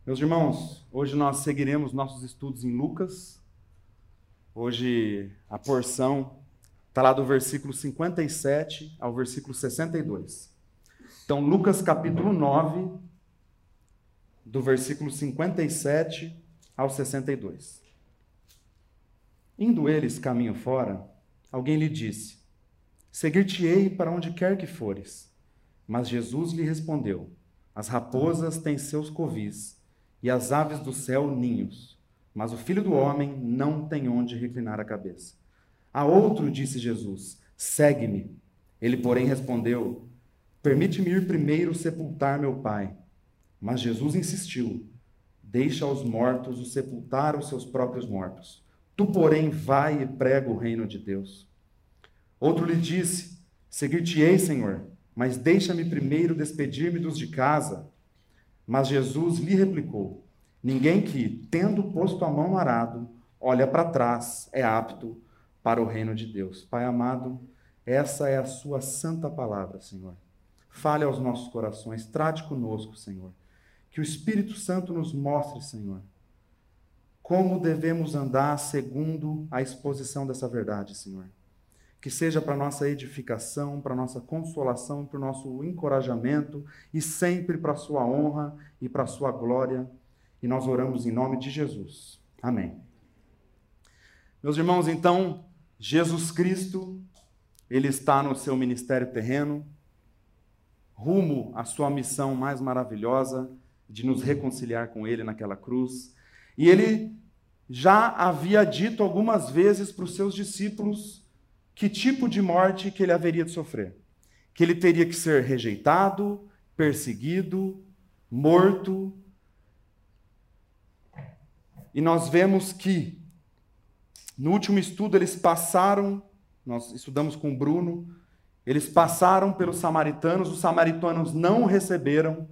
Meus irmãos, hoje nós seguiremos nossos estudos em Lucas. Hoje a porção está lá do versículo 57 ao versículo 62. Então, Lucas capítulo 9, do versículo 57 ao 62. Indo eles caminho fora, alguém lhe disse: Seguir-te-ei para onde quer que fores. Mas Jesus lhe respondeu: As raposas têm seus covis, e as aves do céu ninhos, mas o Filho do Homem não tem onde reclinar a cabeça. A outro disse Jesus: Segue-me. Ele, porém, respondeu: Permite-me ir primeiro sepultar meu pai. Mas Jesus insistiu: Deixa aos mortos o sepultar os seus próprios mortos. Tu, porém, vai e prega o reino de Deus. Outro lhe disse: Seguir-te-ei, Senhor, mas deixa-me primeiro despedir-me dos de casa. Mas Jesus lhe replicou: Ninguém que, tendo posto a mão no arado, olha para trás, é apto para o reino de Deus. Pai amado, essa é a sua santa palavra, Senhor. Fale aos nossos corações, trate conosco, Senhor. Que o Espírito Santo nos mostre, Senhor, como devemos andar segundo a exposição dessa verdade, Senhor. Que seja para nossa edificação, para nossa consolação, para o nosso encorajamento e sempre para a sua honra e para a sua glória. E nós oramos em nome de Jesus. Amém. Meus irmãos, então, Jesus Cristo, ele está no seu ministério terreno, rumo à sua missão mais maravilhosa de nos reconciliar com ele naquela cruz. E ele já havia dito algumas vezes para os seus discípulos que tipo de morte que ele haveria de sofrer. Que ele teria que ser rejeitado, perseguido, morto. E nós vemos que, no último estudo, eles passaram, nós estudamos com o Bruno, eles passaram pelos samaritanos, os samaritanos não o receberam.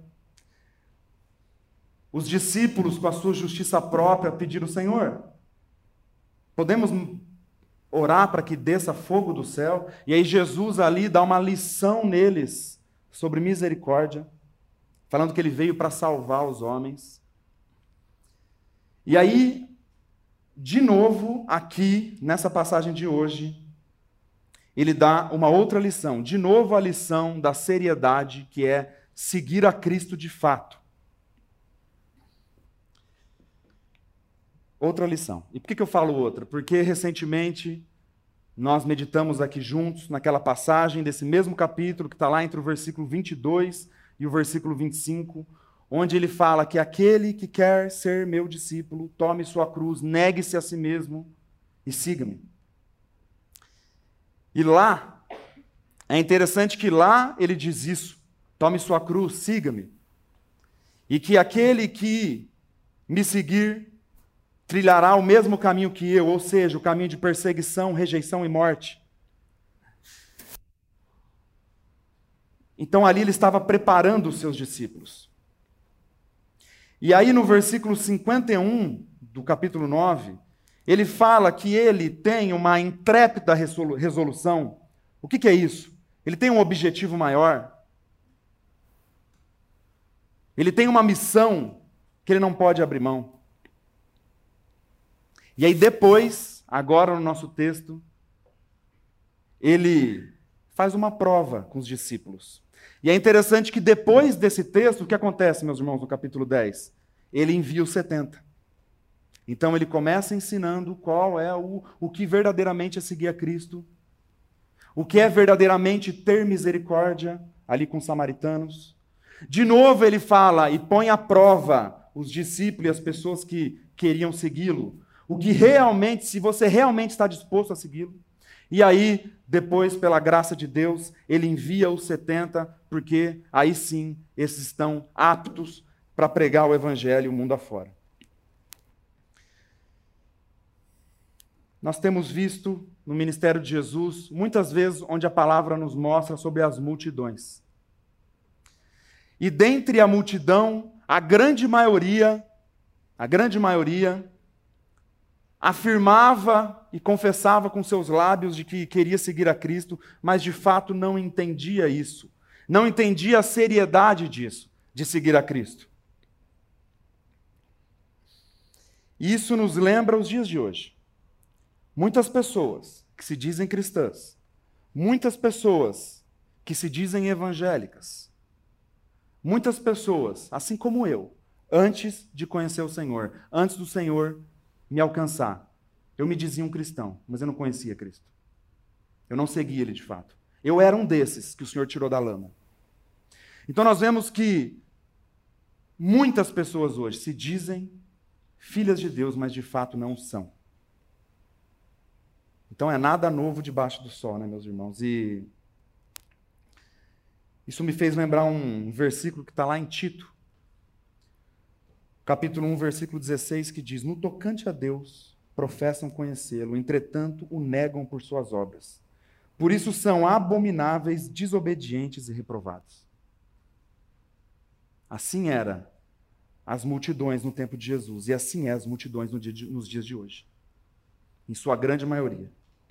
Os discípulos, com a sua justiça própria, pediram: Senhor, podemos orar para que desça fogo do céu? E aí Jesus ali dá uma lição neles sobre misericórdia, falando que ele veio para salvar os homens. E aí, de novo, aqui, nessa passagem de hoje, ele dá uma outra lição. De novo a lição da seriedade, que é seguir a Cristo de fato. Outra lição. E por que eu falo outra? Porque recentemente nós meditamos aqui juntos naquela passagem desse mesmo capítulo que está lá entre o versículo 22 e o versículo 25, onde ele fala que aquele que quer ser meu discípulo, tome sua cruz, negue-se a si mesmo e siga-me. E lá, é interessante que lá ele diz isso: tome sua cruz, siga-me. E que aquele que me seguir trilhará o mesmo caminho que eu, ou seja, o caminho de perseguição, rejeição e morte. Então ali ele estava preparando os seus discípulos. E aí no versículo 51 do capítulo 9, ele fala que ele tem uma intrépida resolução. O que é isso? Ele tem um objetivo maior. Ele tem uma missão que ele não pode abrir mão. E aí depois, agora no nosso texto, ele faz uma prova com os discípulos. E é interessante que depois desse texto, o que acontece, meus irmãos, no capítulo 10? Ele envia os 70. Então ele começa ensinando qual é o que verdadeiramente é seguir a Cristo, o que é verdadeiramente ter misericórdia ali com os samaritanos. De novo ele fala e põe à prova os discípulos e as pessoas que queriam segui-lo. O que realmente, se você realmente está disposto a segui-lo. E aí, depois, pela graça de Deus, ele envia os 70, porque aí sim, esses estão aptos para pregar o evangelho o mundo afora. Nós temos visto no ministério de Jesus, muitas vezes, onde a palavra nos mostra sobre as multidões. E dentre a multidão, a grande maioria, afirmava e confessava com seus lábios de que queria seguir a Cristo, mas de fato não entendia isso. Não entendia a seriedade disso, de seguir a Cristo. E isso nos lembra os dias de hoje. Muitas pessoas que se dizem cristãs, muitas pessoas que se dizem evangélicas, muitas pessoas, assim como eu, antes de conhecer o Senhor, antes do Senhor me alcançar, eu me dizia um cristão, mas eu não conhecia Cristo. Eu não seguia Ele de fato. Eu era um desses que o Senhor tirou da lama. Então nós vemos que muitas pessoas hoje se dizem filhas de Deus, mas de fato não são. Então é nada novo debaixo do sol, né, meus irmãos? E isso me fez lembrar um versículo que está lá em Tito, capítulo 1, versículo 16, que diz: no tocante a Deus, professam conhecê-lo, entretanto o negam por suas obras. Por isso são abomináveis, desobedientes e reprovados. Assim era as multidões no tempo de Jesus, e assim é as multidões nos dias de hoje, em sua grande maioria.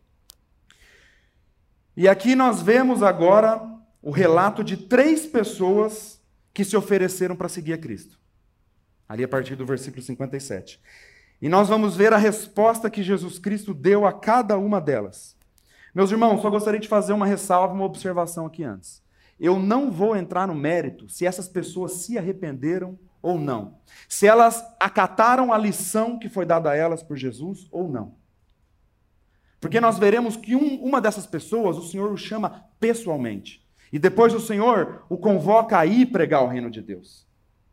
E aqui nós vemos agora o relato de 3 pessoas que se ofereceram para seguir a Cristo. Ali a partir do versículo 57. E nós vamos ver a resposta que Jesus Cristo deu a cada uma delas. Meus irmãos, só gostaria de fazer uma ressalva, uma observação aqui antes. Eu não vou entrar no mérito se essas pessoas se arrependeram ou não. Se elas acataram a lição que foi dada a elas por Jesus ou não. Porque nós veremos que uma dessas pessoas, o Senhor o chama pessoalmente. E depois o Senhor o convoca a ir pregar o reino de Deus.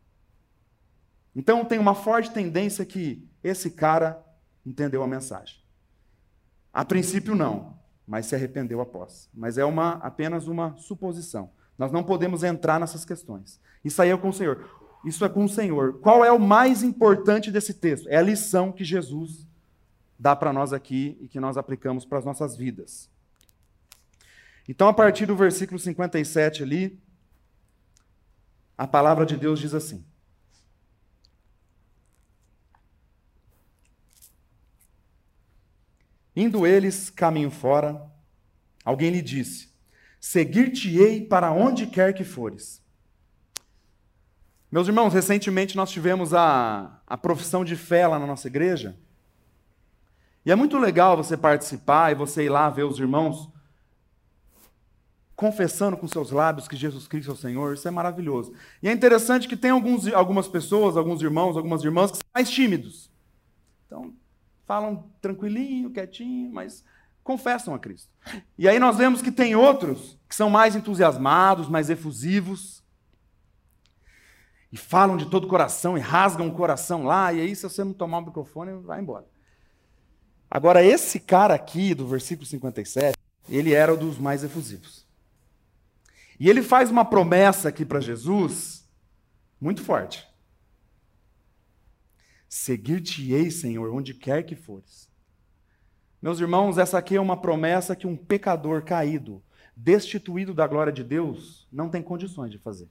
Então tem uma forte tendência que esse cara entendeu a mensagem. A princípio não, mas se arrependeu após. Mas é apenas uma suposição. Nós não podemos entrar nessas questões. Isso aí é com o Senhor. Isso é com o Senhor. Qual é o mais importante desse texto? É a lição que Jesus dá para nós aqui e que nós aplicamos para as nossas vidas. Então, a partir do versículo 57 ali, a palavra de Deus diz assim: indo eles caminho fora, alguém lhe disse: seguir-te-ei para onde quer que fores. Meus irmãos, recentemente nós tivemos a profissão de fé lá na nossa igreja. E é muito legal você participar e você ir lá ver os irmãos confessando com seus lábios que Jesus Cristo é o Senhor. Isso é maravilhoso. E é interessante que tem algumas pessoas, alguns irmãos, algumas irmãs que são mais tímidos. Então, falam tranquilinho, quietinho, mas confessam a Cristo. E aí nós vemos que tem outros que são mais entusiasmados, mais efusivos, e falam de todo o coração, e rasgam o coração lá, e aí se você não tomar o microfone, vai embora. Agora, esse cara aqui, do versículo 57, ele era um dos mais efusivos. E ele faz uma promessa aqui para Jesus, muito forte. Seguir-te-ei, Senhor, onde quer que fores. Meus irmãos, essa aqui é uma promessa que um pecador caído, destituído da glória de Deus, não tem condições de fazer.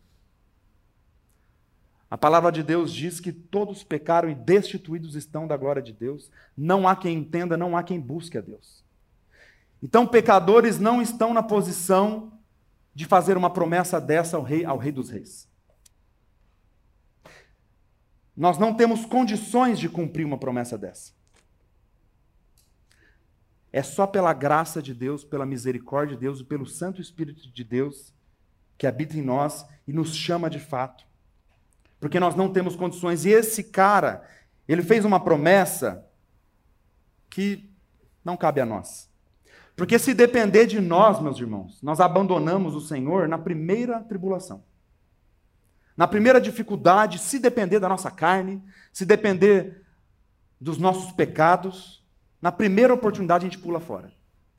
A palavra de Deus diz que todos pecaram e destituídos estão da glória de Deus. Não há quem entenda, não há quem busque a Deus. Então, pecadores não estão na posição de fazer uma promessa dessa ao Rei dos Reis. Nós não temos condições de cumprir uma promessa dessa. É só pela graça de Deus, pela misericórdia de Deus e pelo Santo Espírito de Deus que habita em nós e nos chama de fato. Porque nós não temos condições. E esse cara, ele fez uma promessa que não cabe a nós. Porque se depender de nós, meus irmãos, nós abandonamos o Senhor na primeira tribulação. Na primeira dificuldade, se depender da nossa carne, se depender dos nossos pecados, na primeira oportunidade a gente pula fora.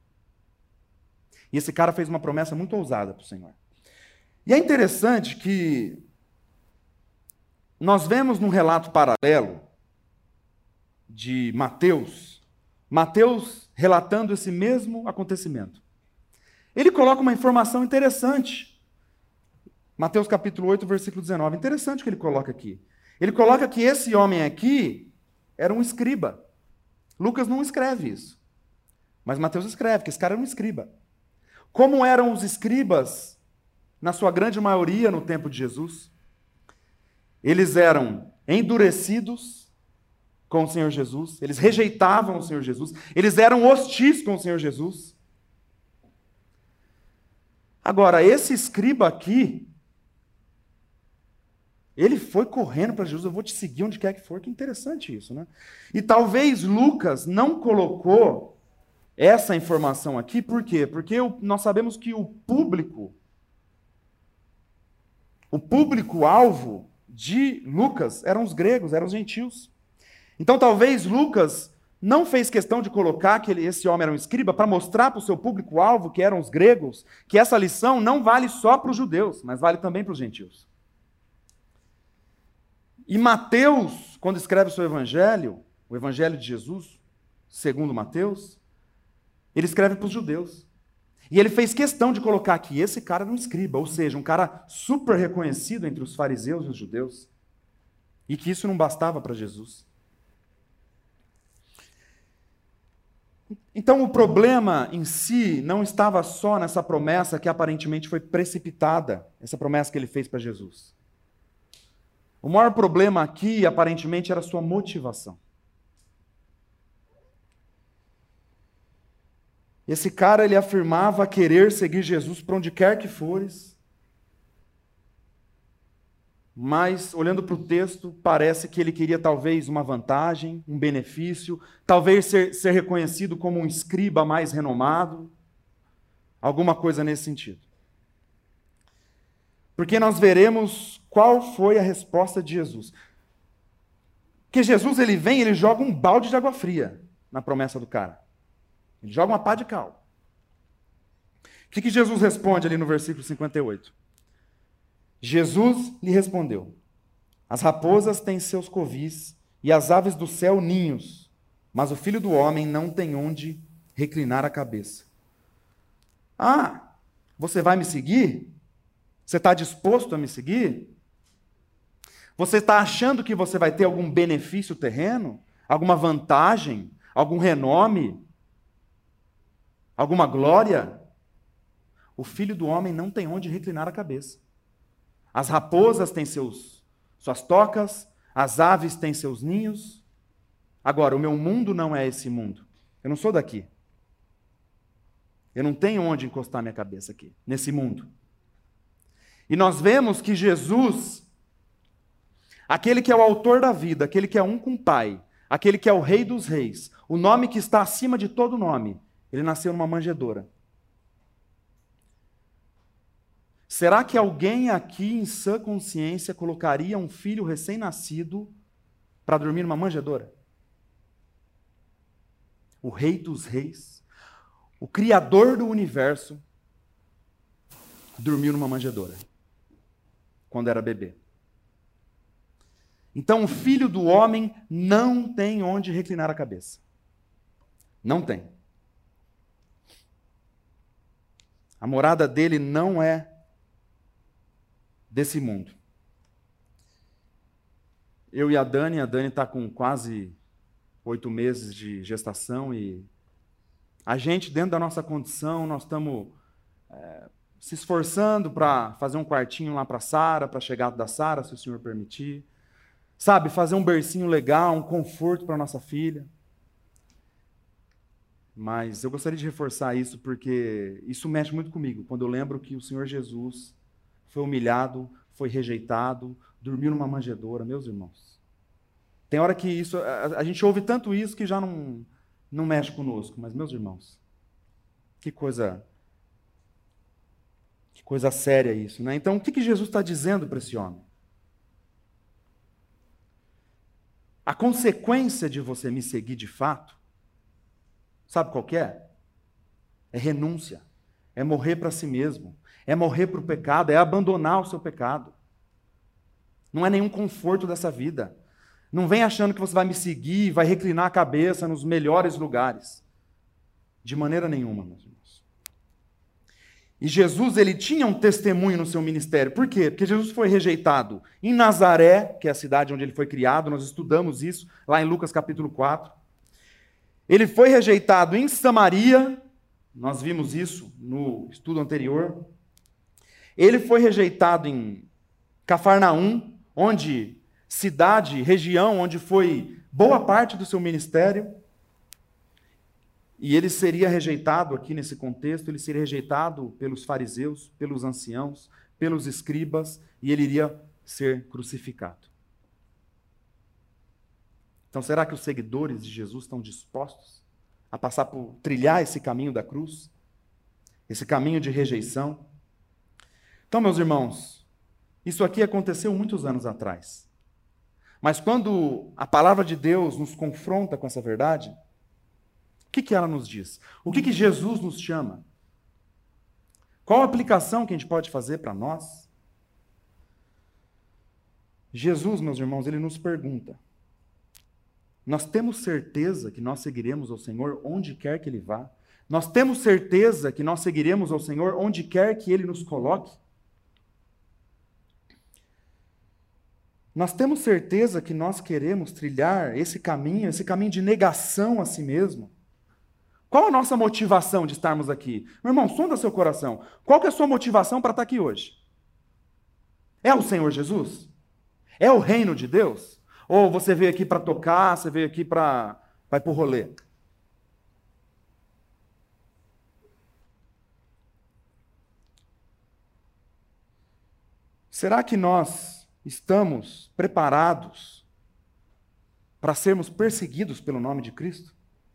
E esse cara fez uma promessa muito ousada para o Senhor. E é interessante que nós vemos num relato paralelo de Mateus relatando esse mesmo acontecimento. Ele coloca uma informação interessante. Mateus capítulo 8, versículo 19. Interessante o que ele coloca aqui. Ele coloca que esse homem aqui era um escriba. Lucas não escreve isso. Mas Mateus escreve que esse cara era um escriba. Como eram os escribas, na sua grande maioria, no tempo de Jesus? Eles eram endurecidos, com o Senhor Jesus, eles rejeitavam o Senhor Jesus, eles eram hostis com o Senhor Jesus. Agora, esse escriba aqui, ele foi correndo para Jesus, eu vou te seguir onde quer que for, que interessante isso, né? E talvez Lucas não colocou essa informação aqui, por quê? Porque nós sabemos que o público-alvo de Lucas eram os gregos, eram os gentios. Então talvez Lucas não fez questão de colocar que esse homem era um escriba para mostrar para o seu público-alvo, que eram os gregos, que essa lição não vale só para os judeus, mas vale também para os gentios. E Mateus, quando escreve o seu evangelho, o evangelho de Jesus, segundo Mateus, ele escreve para os judeus. E ele fez questão de colocar que esse cara era um escriba, ou seja, um cara super reconhecido entre os fariseus e os judeus. E que isso não bastava para Jesus. Então o problema em si não estava só nessa promessa que aparentemente foi precipitada, essa promessa que ele fez para Jesus. O maior problema aqui, aparentemente, era a sua motivação. Esse cara, ele afirmava querer seguir Jesus para onde quer que fores, mas, olhando para o texto, parece que ele queria talvez uma vantagem, um benefício, talvez ser reconhecido como um escriba mais renomado, alguma coisa nesse sentido. Porque nós veremos qual foi a resposta de Jesus. Porque Jesus, ele vem, ele joga um balde de água fria na promessa do cara. Ele joga uma pá de cal. O que Jesus responde ali no versículo 58? Jesus lhe respondeu: as raposas têm seus covis e as aves do céu ninhos, mas o Filho do Homem não tem onde reclinar a cabeça. Ah, você vai me seguir? Você está disposto a me seguir? Você está achando que você vai ter algum benefício terreno? Alguma vantagem? Algum renome? Alguma glória? O Filho do Homem não tem onde reclinar a cabeça. As raposas têm suas tocas, as aves têm seus ninhos. Agora, o meu mundo não é esse mundo. Eu não sou daqui. Eu não tenho onde encostar minha cabeça aqui, nesse mundo. E nós vemos que Jesus, aquele que é o autor da vida, aquele que é um com o Pai, aquele que é o Rei dos Reis, o nome que está acima de todo nome, ele nasceu numa manjedoura. Será que alguém aqui em sã consciência colocaria um filho recém-nascido para dormir numa manjedoura? O Rei dos Reis, o Criador do universo, dormiu numa manjedoura quando era bebê. Então o Filho do Homem não tem onde reclinar a cabeça. Não tem. A morada dele não é desse mundo. Eu e a Dani está com quase 8 meses de gestação e a gente, dentro da nossa condição, nós estamos se esforçando para fazer um quartinho lá para Sara, para a chegada da Sara, se o Senhor permitir. Sabe, fazer um bercinho legal, um conforto para nossa filha. Mas eu gostaria de reforçar isso porque isso mexe muito comigo, quando eu lembro que o Senhor Jesus foi humilhado, foi rejeitado, dormiu numa manjedoura, meus irmãos. Tem hora que isso, a gente ouve tanto isso que já não mexe conosco, mas meus irmãos, que coisa séria isso, né? Então, o que Jesus está dizendo para esse homem? A consequência de você me seguir de fato, sabe qual que é? É renúncia, é morrer para si mesmo, é morrer para o pecado, é abandonar o seu pecado. Não é nenhum conforto dessa vida. Não vem achando que você vai me seguir, vai reclinar a cabeça nos melhores lugares. De maneira nenhuma, meus irmãos. E Jesus, ele tinha um testemunho no seu ministério. Por quê? Porque Jesus foi rejeitado em Nazaré, que é a cidade onde ele foi criado, nós estudamos isso lá em Lucas capítulo 4. Ele foi rejeitado em Samaria, nós vimos isso no estudo anterior. Ele foi rejeitado em Cafarnaum, onde cidade, região onde foi boa parte do seu ministério. E ele seria rejeitado aqui nesse contexto, ele seria rejeitado pelos fariseus, pelos anciãos, pelos escribas, e ele iria ser crucificado. Então, será que os seguidores de Jesus estão dispostos a passar por trilhar esse caminho da cruz? Esse caminho de rejeição? Então, meus irmãos, isso aqui aconteceu muitos anos atrás. Mas quando a palavra de Deus nos confronta com essa verdade, o que ela nos diz? O que Jesus nos chama? Qual a aplicação que a gente pode fazer para nós? Jesus, meus irmãos, ele nos pergunta: nós temos certeza que nós seguiremos ao Senhor onde quer que Ele vá? Nós temos certeza que nós seguiremos ao Senhor onde quer que Ele nos coloque? Nós temos certeza que nós queremos trilhar esse caminho de negação a si mesmo? Qual a nossa motivação de estarmos aqui? Meu irmão, sonda seu coração. Qual que é a sua motivação para estar aqui hoje? É o Senhor Jesus? É o reino de Deus? Ou você veio aqui para tocar, você veio aqui para vai para o rolê? Será que nós estamos preparados para sermos perseguidos pelo nome de Cristo?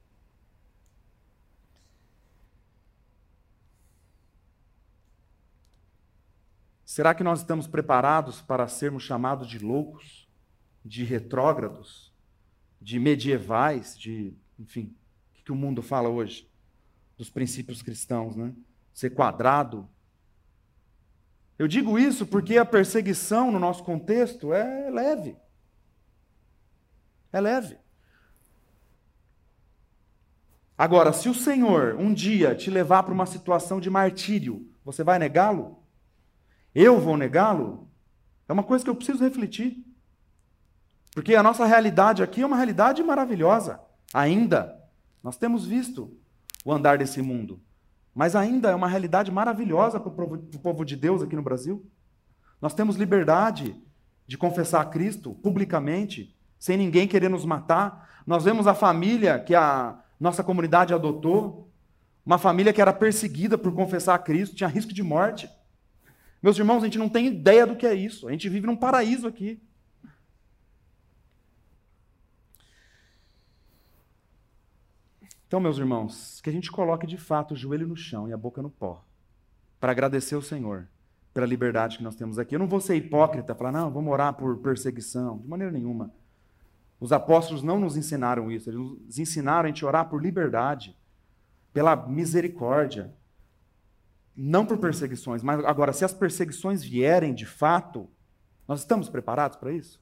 Será que nós estamos preparados para sermos chamados de loucos, de retrógrados, de medievais, enfim, o que o mundo fala hoje dos princípios cristãos, né? Ser quadrado. Eu digo isso porque a perseguição no nosso contexto é leve. É leve. Agora, se o Senhor um dia te levar para uma situação de martírio, você vai negá-lo? Eu vou negá-lo? É uma coisa que eu preciso refletir. Porque a nossa realidade aqui é uma realidade maravilhosa. Ainda. Nós temos visto o andar desse mundo. Mas ainda é uma realidade maravilhosa para o povo de Deus aqui no Brasil. Nós temos liberdade de confessar a Cristo publicamente, sem ninguém querer nos matar. Nós vemos a família que a nossa comunidade adotou, uma família que era perseguida por confessar a Cristo, tinha risco de morte. Meus irmãos, a gente não tem ideia do que é isso. A gente vive num paraíso aqui. Então, meus irmãos, que a gente coloque de fato o joelho no chão e a boca no pó, para agradecer ao Senhor pela liberdade que nós temos aqui. Eu não vou ser hipócrita, falar, não, vamos orar por perseguição, de maneira nenhuma. Os apóstolos não nos ensinaram isso, eles nos ensinaram a gente orar por liberdade, pela misericórdia, não por perseguições. Mas agora, se as perseguições vierem de fato, nós estamos preparados para isso?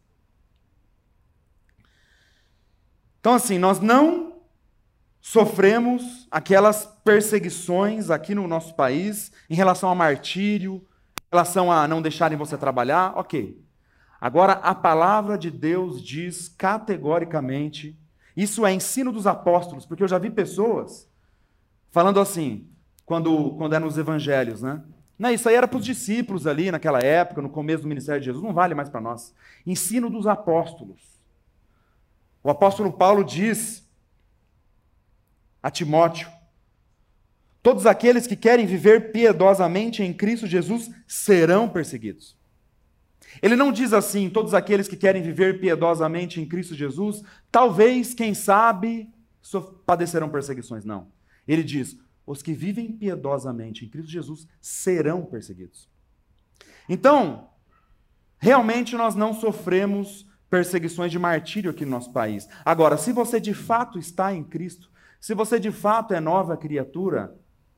Então, assim, nós não sofremos aquelas perseguições aqui no nosso país em relação a martírio, em relação a não deixarem você trabalhar, ok. Agora, a palavra de Deus diz categoricamente, isso é ensino dos apóstolos, porque eu já vi pessoas falando assim, quando é nos evangelhos, né? Não, isso aí era para os discípulos ali naquela época, no começo do ministério de Jesus, não vale mais para nós. Ensino dos apóstolos. O apóstolo Paulo diz a Timóteo: todos aqueles que querem viver piedosamente em Cristo Jesus serão perseguidos. Ele não diz assim, todos aqueles que querem viver piedosamente em Cristo Jesus, talvez, quem sabe, padecerão perseguições. Não. Ele diz, os que vivem piedosamente em Cristo Jesus serão perseguidos. Então, realmente nós não sofremos perseguições de martírio aqui no nosso país. Agora, se você de fato está em Cristo, se você de fato é nova criatura,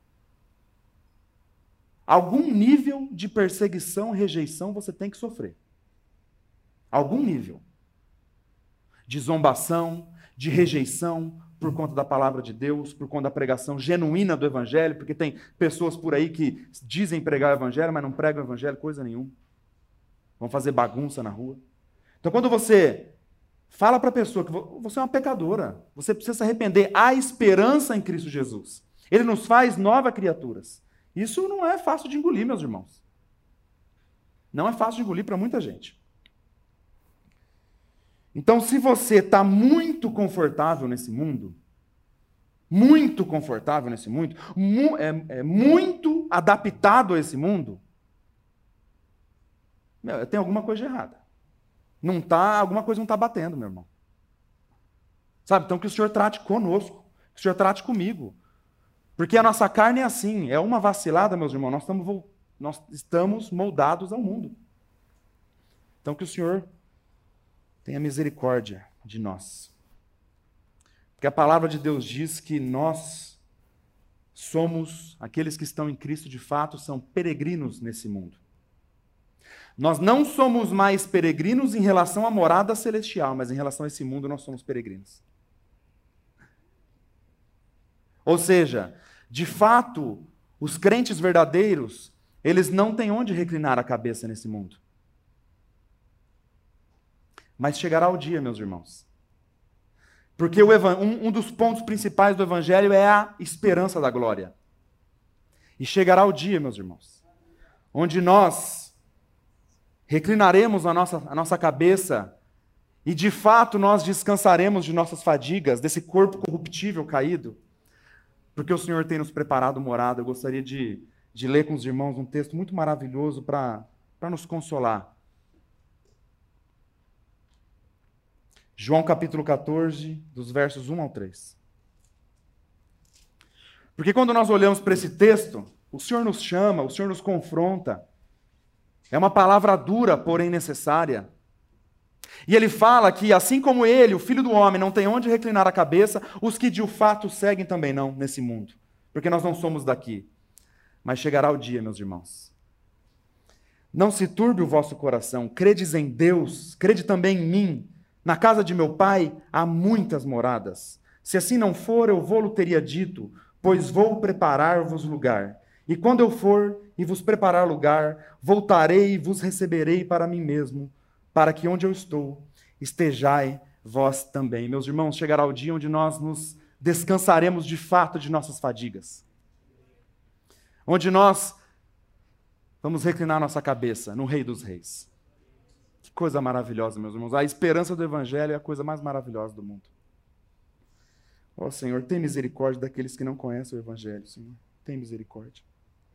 algum nível de perseguição, rejeição você tem que sofrer. Algum nível. De zombação, de rejeição, por conta da palavra de Deus, por conta da pregação genuína do Evangelho, porque tem pessoas por aí que dizem pregar o Evangelho, mas não pregam o Evangelho coisa nenhuma. Vão fazer bagunça na rua. Então, quando você fala para a pessoa que você é uma pecadora, você precisa se arrepender, há esperança em Cristo Jesus. Ele nos faz novas criaturas. Isso não é fácil de engolir, meus irmãos. Não é fácil de engolir para muita gente. Então, se você está muito confortável nesse mundo, muito confortável nesse mundo, muito adaptado a esse mundo, tem alguma coisa errada. Alguma coisa não está batendo, meu irmão. Sabe? Então que o Senhor trate conosco, que o Senhor trate comigo. Porque a nossa carne é assim, é uma vacilada, meus irmãos, nós estamos moldados ao mundo. Então que o Senhor tenha misericórdia de nós. Porque a palavra de Deus diz que nós somos, aqueles que estão em Cristo de fato, são peregrinos nesse mundo. Nós não somos mais peregrinos em relação à morada celestial, mas em relação a esse mundo nós somos peregrinos. Ou seja, de fato, os crentes verdadeiros, eles não têm onde reclinar a cabeça nesse mundo. Mas chegará o dia, meus irmãos. Porque um dos pontos principais do Evangelho é a esperança da glória. E chegará o dia, meus irmãos, onde nós reclinaremos a nossa cabeça e, de fato, nós descansaremos de nossas fadigas, desse corpo corruptível caído, porque o Senhor tem nos preparado morada. Eu gostaria de ler com os irmãos um texto muito maravilhoso para nos consolar. João capítulo 14, dos versos 1 ao 3. Porque quando nós olhamos para esse texto, o Senhor nos chama, o Senhor nos confronta. É uma palavra dura, porém necessária. E ele fala que, assim como ele, o Filho do Homem, não tem onde reclinar a cabeça, os que de fato seguem também não nesse mundo. Porque nós não somos daqui. Mas chegará o dia, meus irmãos. Não se turbe o vosso coração. Credes em Deus, crede também em mim. Na casa de meu Pai há muitas moradas. Se assim não for, eu vou-lo teria dito, pois vou preparar-vos lugar. E quando eu for e vos preparar lugar, voltarei e vos receberei para mim mesmo, para que onde eu estou, estejai vós também. Meus irmãos, chegará o dia onde nós nos descansaremos de fato de nossas fadigas. Onde nós vamos reclinar nossa cabeça no Rei dos Reis. Que coisa maravilhosa, meus irmãos. A esperança do Evangelho é a coisa mais maravilhosa do mundo. Ó Senhor, tem misericórdia daqueles que não conhecem o Evangelho, Senhor. Tem misericórdia.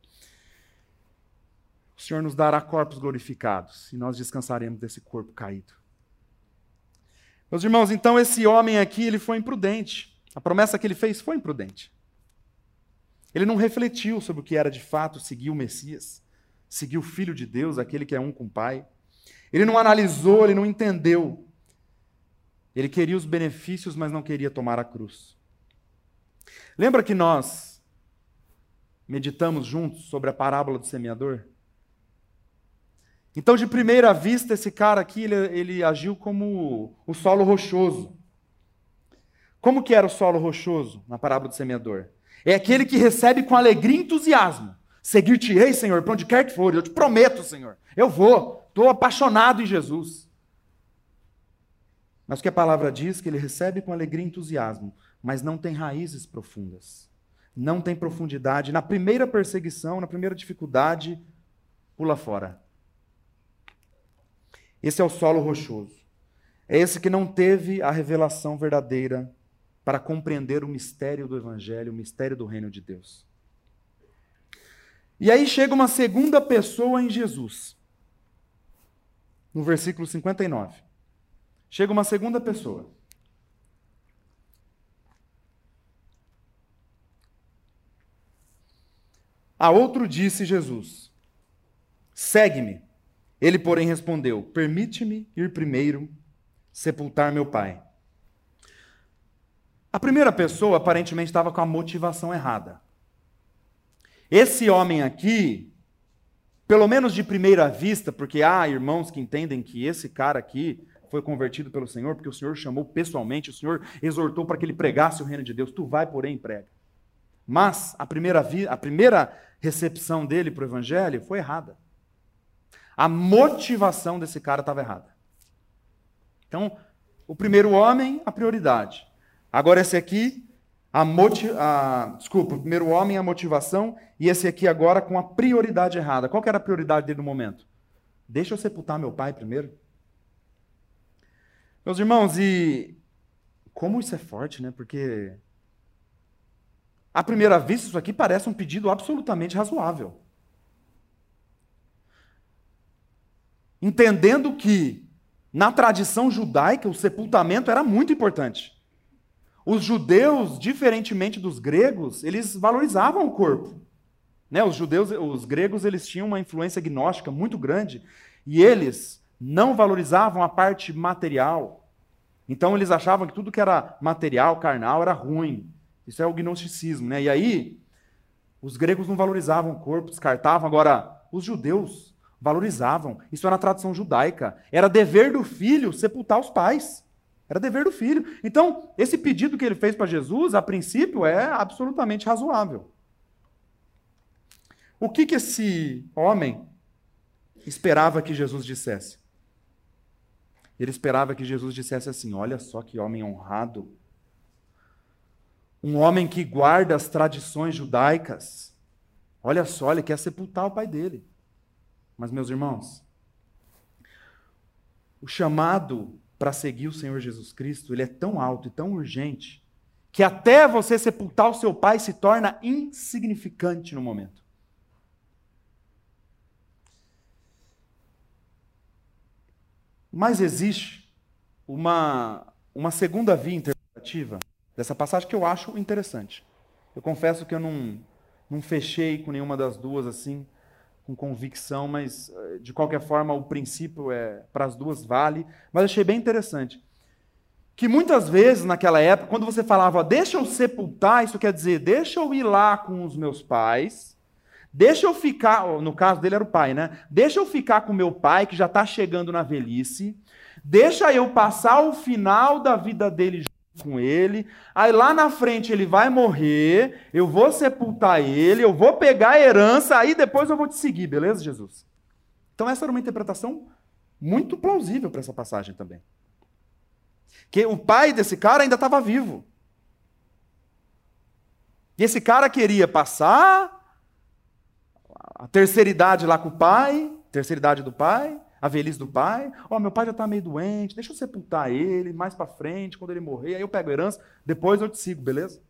O Senhor nos dará corpos glorificados e nós descansaremos desse corpo caído. Meus irmãos, então esse homem aqui, ele foi imprudente. A promessa que ele fez foi imprudente. Ele não refletiu sobre o que era de fato seguir o Messias, seguir o Filho de Deus, aquele que é um com o Pai. Ele não analisou, ele não entendeu. Ele queria os benefícios, mas não queria tomar a cruz. Lembra que nós meditamos juntos sobre a parábola do semeador? Então, de primeira vista, esse cara aqui, ele agiu como o solo rochoso. Como que era o solo rochoso na parábola do semeador? É aquele que recebe com alegria e entusiasmo. Seguir-te-ei, Senhor, para onde quer que for. Eu te prometo, Senhor. Eu vou. Estou apaixonado em Jesus. Mas o que a palavra diz? Que ele recebe com alegria e entusiasmo, mas não tem raízes profundas. Não tem profundidade. Na primeira perseguição, na primeira dificuldade, pula fora. Esse é o solo rochoso. É esse que não teve a revelação verdadeira para compreender o mistério do Evangelho, o mistério do reino de Deus. E aí chega uma segunda pessoa em Jesus. No versículo 59. Chega uma segunda pessoa. A outro disse Jesus: segue-me. Ele, porém, respondeu: permite-me ir primeiro sepultar meu pai. A primeira pessoa aparentemente estava com a motivação errada. Esse homem aqui, pelo menos de primeira vista, porque há irmãos que entendem que esse cara aqui foi convertido pelo Senhor, porque o Senhor chamou pessoalmente, o Senhor exortou para que ele pregasse o reino de Deus. Tu vai, porém, prega. Mas a primeira recepção dele para o Evangelho foi errada. A motivação desse cara estava errada. Então, o primeiro homem, a prioridade. Agora esse aqui, o primeiro homem, a motivação, e esse aqui agora com a prioridade errada. Qual que era a prioridade dele no momento? Deixa eu sepultar meu pai primeiro. Meus irmãos, e como isso é forte, né? Porque, à primeira vista, isso aqui parece um pedido absolutamente razoável. Entendendo que, na tradição judaica, o sepultamento era muito importante. Os judeus, diferentemente dos gregos, eles valorizavam o corpo. Né? Os gregos, eles tinham uma influência gnóstica muito grande e eles não valorizavam a parte material. Então eles achavam que tudo que era material, carnal, era ruim. Isso é o gnosticismo, né? E aí, os gregos não valorizavam o corpo, descartavam. Agora, os judeus valorizavam. Isso era a tradição judaica. Era dever do filho sepultar os pais. Era dever do filho. Então, esse pedido que ele fez para Jesus, a princípio, é absolutamente razoável. O que esse homem esperava que Jesus dissesse? Ele esperava que Jesus dissesse assim: olha só que homem honrado. Um homem que guarda as tradições judaicas. Olha só, ele quer sepultar o pai dele. Mas, meus irmãos, o chamado para seguir o Senhor Jesus Cristo, ele é tão alto e tão urgente, que até você sepultar o seu pai se torna insignificante no momento. Mas existe uma segunda via interpretativa dessa passagem que eu acho interessante. Eu confesso que eu não fechei com nenhuma das duas assim, com convicção, mas de qualquer forma o princípio para as duas vale, mas achei bem interessante. Que muitas vezes naquela época, quando você falava, deixa eu sepultar, isso quer dizer, deixa eu ir lá com os meus pais, deixa eu ficar, no caso dele era o pai, né? Deixa eu ficar com meu pai, que já está chegando na velhice, deixa eu passar o final da vida dele com ele, aí lá na frente ele vai morrer, eu vou sepultar ele, eu vou pegar a herança, aí depois eu vou te seguir, beleza, Jesus? Então essa era uma interpretação muito plausível para essa passagem também. Que o pai desse cara ainda estava vivo. E esse cara queria passar a terceira idade lá com o pai, terceira idade do pai, a velhice do pai. Meu pai já está meio doente, deixa eu sepultar ele mais para frente, quando ele morrer, aí eu pego a herança, depois eu te sigo, beleza?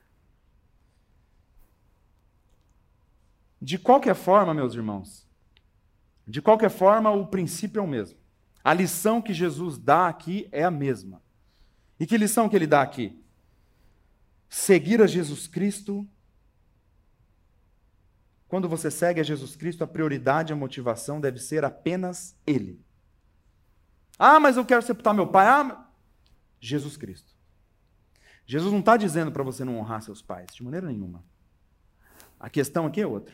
De qualquer forma, meus irmãos, de qualquer forma, o princípio é o mesmo. A lição que Jesus dá aqui é a mesma. E que lição que ele dá aqui? Seguir a Jesus Cristo. Quando você segue a Jesus Cristo, a prioridade, a motivação deve ser apenas Ele. Mas eu quero sepultar meu pai. Jesus Cristo. Jesus não está dizendo para você não honrar seus pais, de maneira nenhuma. A questão aqui é outra.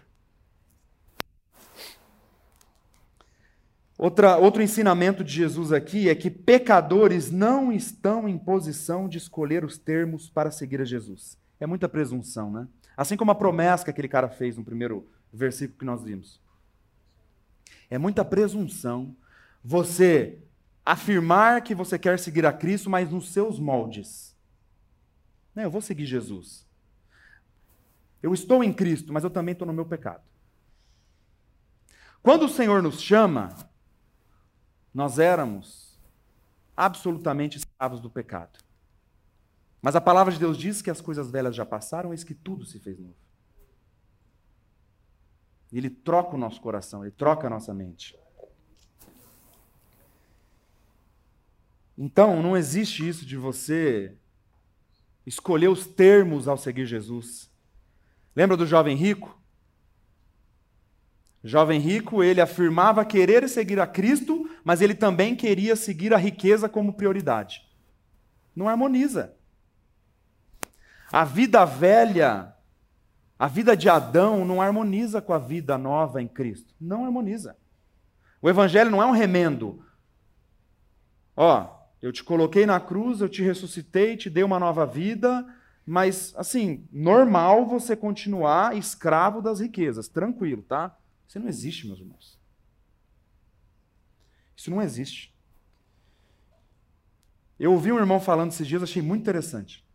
Outro ensinamento de Jesus aqui é que pecadores não estão em posição de escolher os termos para seguir a Jesus. É muita presunção, né? Assim como a promessa que aquele cara fez no primeiro versículo que nós vimos. É muita presunção você afirmar que você quer seguir a Cristo, mas nos seus moldes. Eu vou seguir Jesus. Eu estou em Cristo, mas eu também estou no meu pecado. Quando o Senhor nos chama, nós éramos absolutamente escravos do pecado. Mas a palavra de Deus diz que as coisas velhas já passaram, eis que tudo se fez novo. Ele troca o nosso coração, ele troca a nossa mente. Então, não existe isso de você escolher os termos ao seguir Jesus. Lembra do jovem rico? O jovem rico, ele afirmava querer seguir a Cristo, mas ele também queria seguir a riqueza como prioridade. Não harmoniza. A vida velha, a vida de Adão não harmoniza com a vida nova em Cristo. Não harmoniza. O evangelho não é um remendo. Eu te coloquei na cruz, eu te ressuscitei, te dei uma nova vida, mas, assim, normal você continuar escravo das riquezas. Tranquilo, tá? Isso não existe, meus irmãos. Isso não existe. Eu ouvi um irmão falando esses dias, achei muito interessante.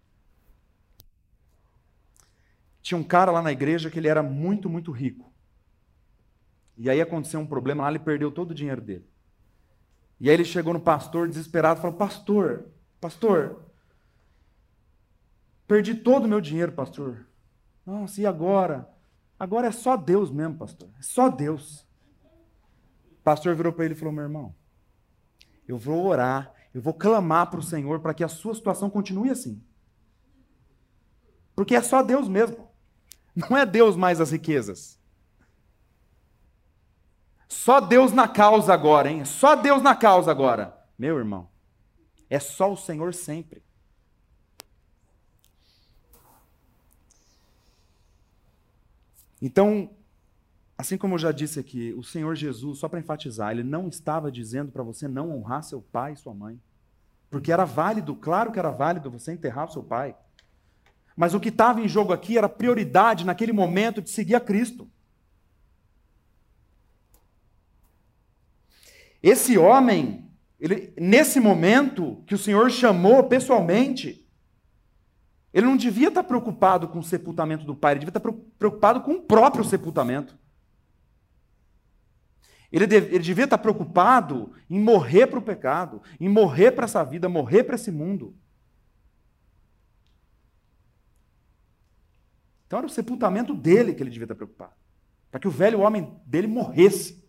Tinha um cara lá na igreja que ele era muito, muito rico. E aí aconteceu um problema lá, ele perdeu todo o dinheiro dele. E aí ele chegou no pastor desesperado e falou: pastor, perdi todo o meu dinheiro, pastor. Nossa, e agora? Agora é só Deus mesmo, pastor. É só Deus. O pastor virou para ele e falou: meu irmão, eu vou orar, eu vou clamar para o Senhor para que a sua situação continue assim. Porque é só Deus mesmo. Não é Deus mais as riquezas. Só Deus na causa agora, hein? Só Deus na causa agora. Meu irmão, é só o Senhor sempre. Então, assim como eu já disse aqui, o Senhor Jesus, só para enfatizar, ele não estava dizendo para você não honrar seu pai e sua mãe. Porque era válido, claro que era válido você enterrar o seu pai. Mas o que estava em jogo aqui era prioridade naquele momento de seguir a Cristo. Esse homem, nesse momento que o Senhor chamou pessoalmente, ele não devia estar preocupado com o sepultamento do pai, ele devia estar preocupado com o próprio sepultamento. Ele devia estar preocupado em morrer para o pecado, em morrer para essa vida, morrer para esse mundo. Então era o sepultamento dele que ele devia estar preocupado, para que o velho homem dele morresse.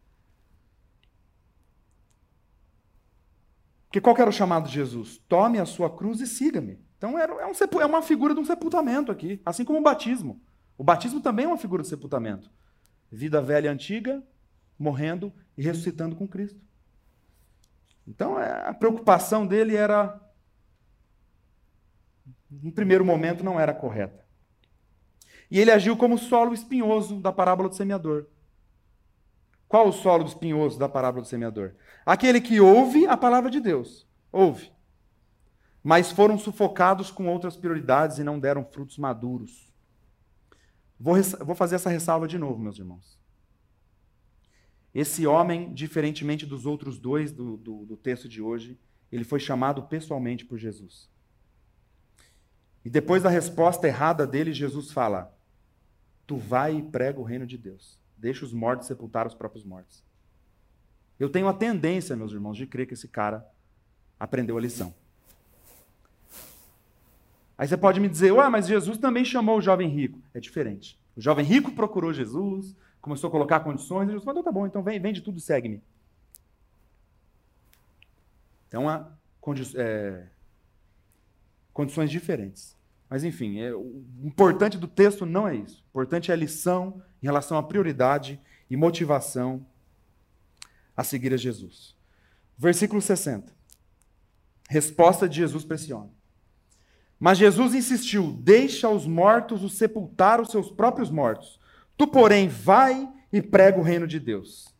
Porque qual que era o chamado de Jesus? Tome a sua cruz e siga-me. Então é uma figura de um sepultamento aqui, assim como o batismo. O batismo também é uma figura de sepultamento. Vida velha e antiga, morrendo e ressuscitando com Cristo. Então a preocupação dele era, em primeiro momento, não era correta. E ele agiu como o solo espinhoso da parábola do semeador. Qual o solo espinhoso da parábola do semeador? Aquele que ouve a palavra de Deus. Ouve. Mas foram sufocados com outras prioridades e não deram frutos maduros. Vou fazer essa ressalva de novo, meus irmãos. Esse homem, diferentemente dos outros dois do texto de hoje, ele foi chamado pessoalmente por Jesus. E depois da resposta errada dele, Jesus fala: tu vai e prega o reino de Deus. Deixa os mortos sepultar os próprios mortos. Eu tenho a tendência, meus irmãos, de crer que esse cara aprendeu a lição. Aí você pode me dizer: ué, mas Jesus também chamou o jovem rico. É diferente. O jovem rico procurou Jesus, começou a colocar condições, e Jesus falou: tá bom, então vende tudo e segue-me. Então há condições diferentes. Mas enfim, o importante do texto não é isso. O importante é a lição em relação à prioridade e motivação a seguir a Jesus. Versículo 60. Resposta de Jesus para esse homem. Mas Jesus insistiu: deixa os mortos os sepultar os seus próprios mortos. Tu, porém, vai e prega o reino de Deus.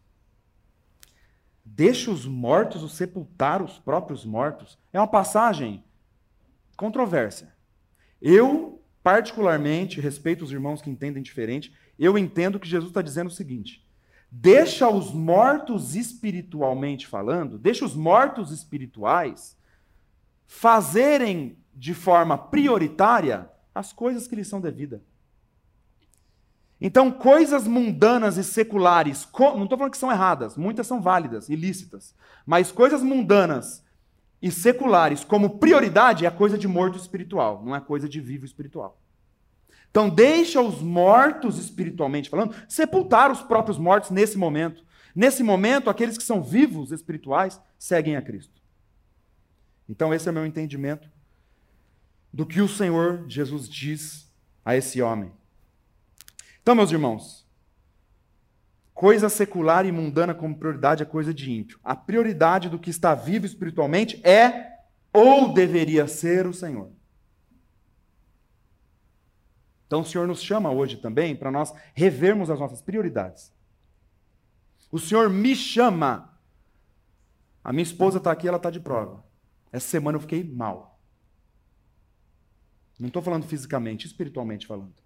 Deixa os mortos os sepultar os próprios mortos. É uma passagem controversa. Eu, particularmente, respeito os irmãos que entendem diferente, eu entendo que Jesus está dizendo o seguinte: deixa os mortos espiritualmente falando, deixa os mortos espirituais fazerem de forma prioritária as coisas que lhes são devidas. Então, coisas mundanas e seculares, não estou falando que são erradas, muitas são válidas, ilícitas, mas coisas mundanas e seculares como prioridade é coisa de morto espiritual, não é coisa de vivo espiritual. Então, deixa os mortos espiritualmente falando sepultar os próprios mortos nesse momento. Nesse momento, aqueles que são vivos espirituais seguem a Cristo. Então, esse é o meu entendimento do que o Senhor Jesus diz a esse homem. Então, meus irmãos, coisa secular e mundana como prioridade é coisa de ímpio. A prioridade do que está vivo espiritualmente é ou deveria ser o Senhor. Então o Senhor nos chama hoje também para nós revermos as nossas prioridades. O Senhor me chama. A minha esposa está aqui, ela está de prova. Essa semana eu fiquei mal. Não estou falando fisicamente, espiritualmente falando.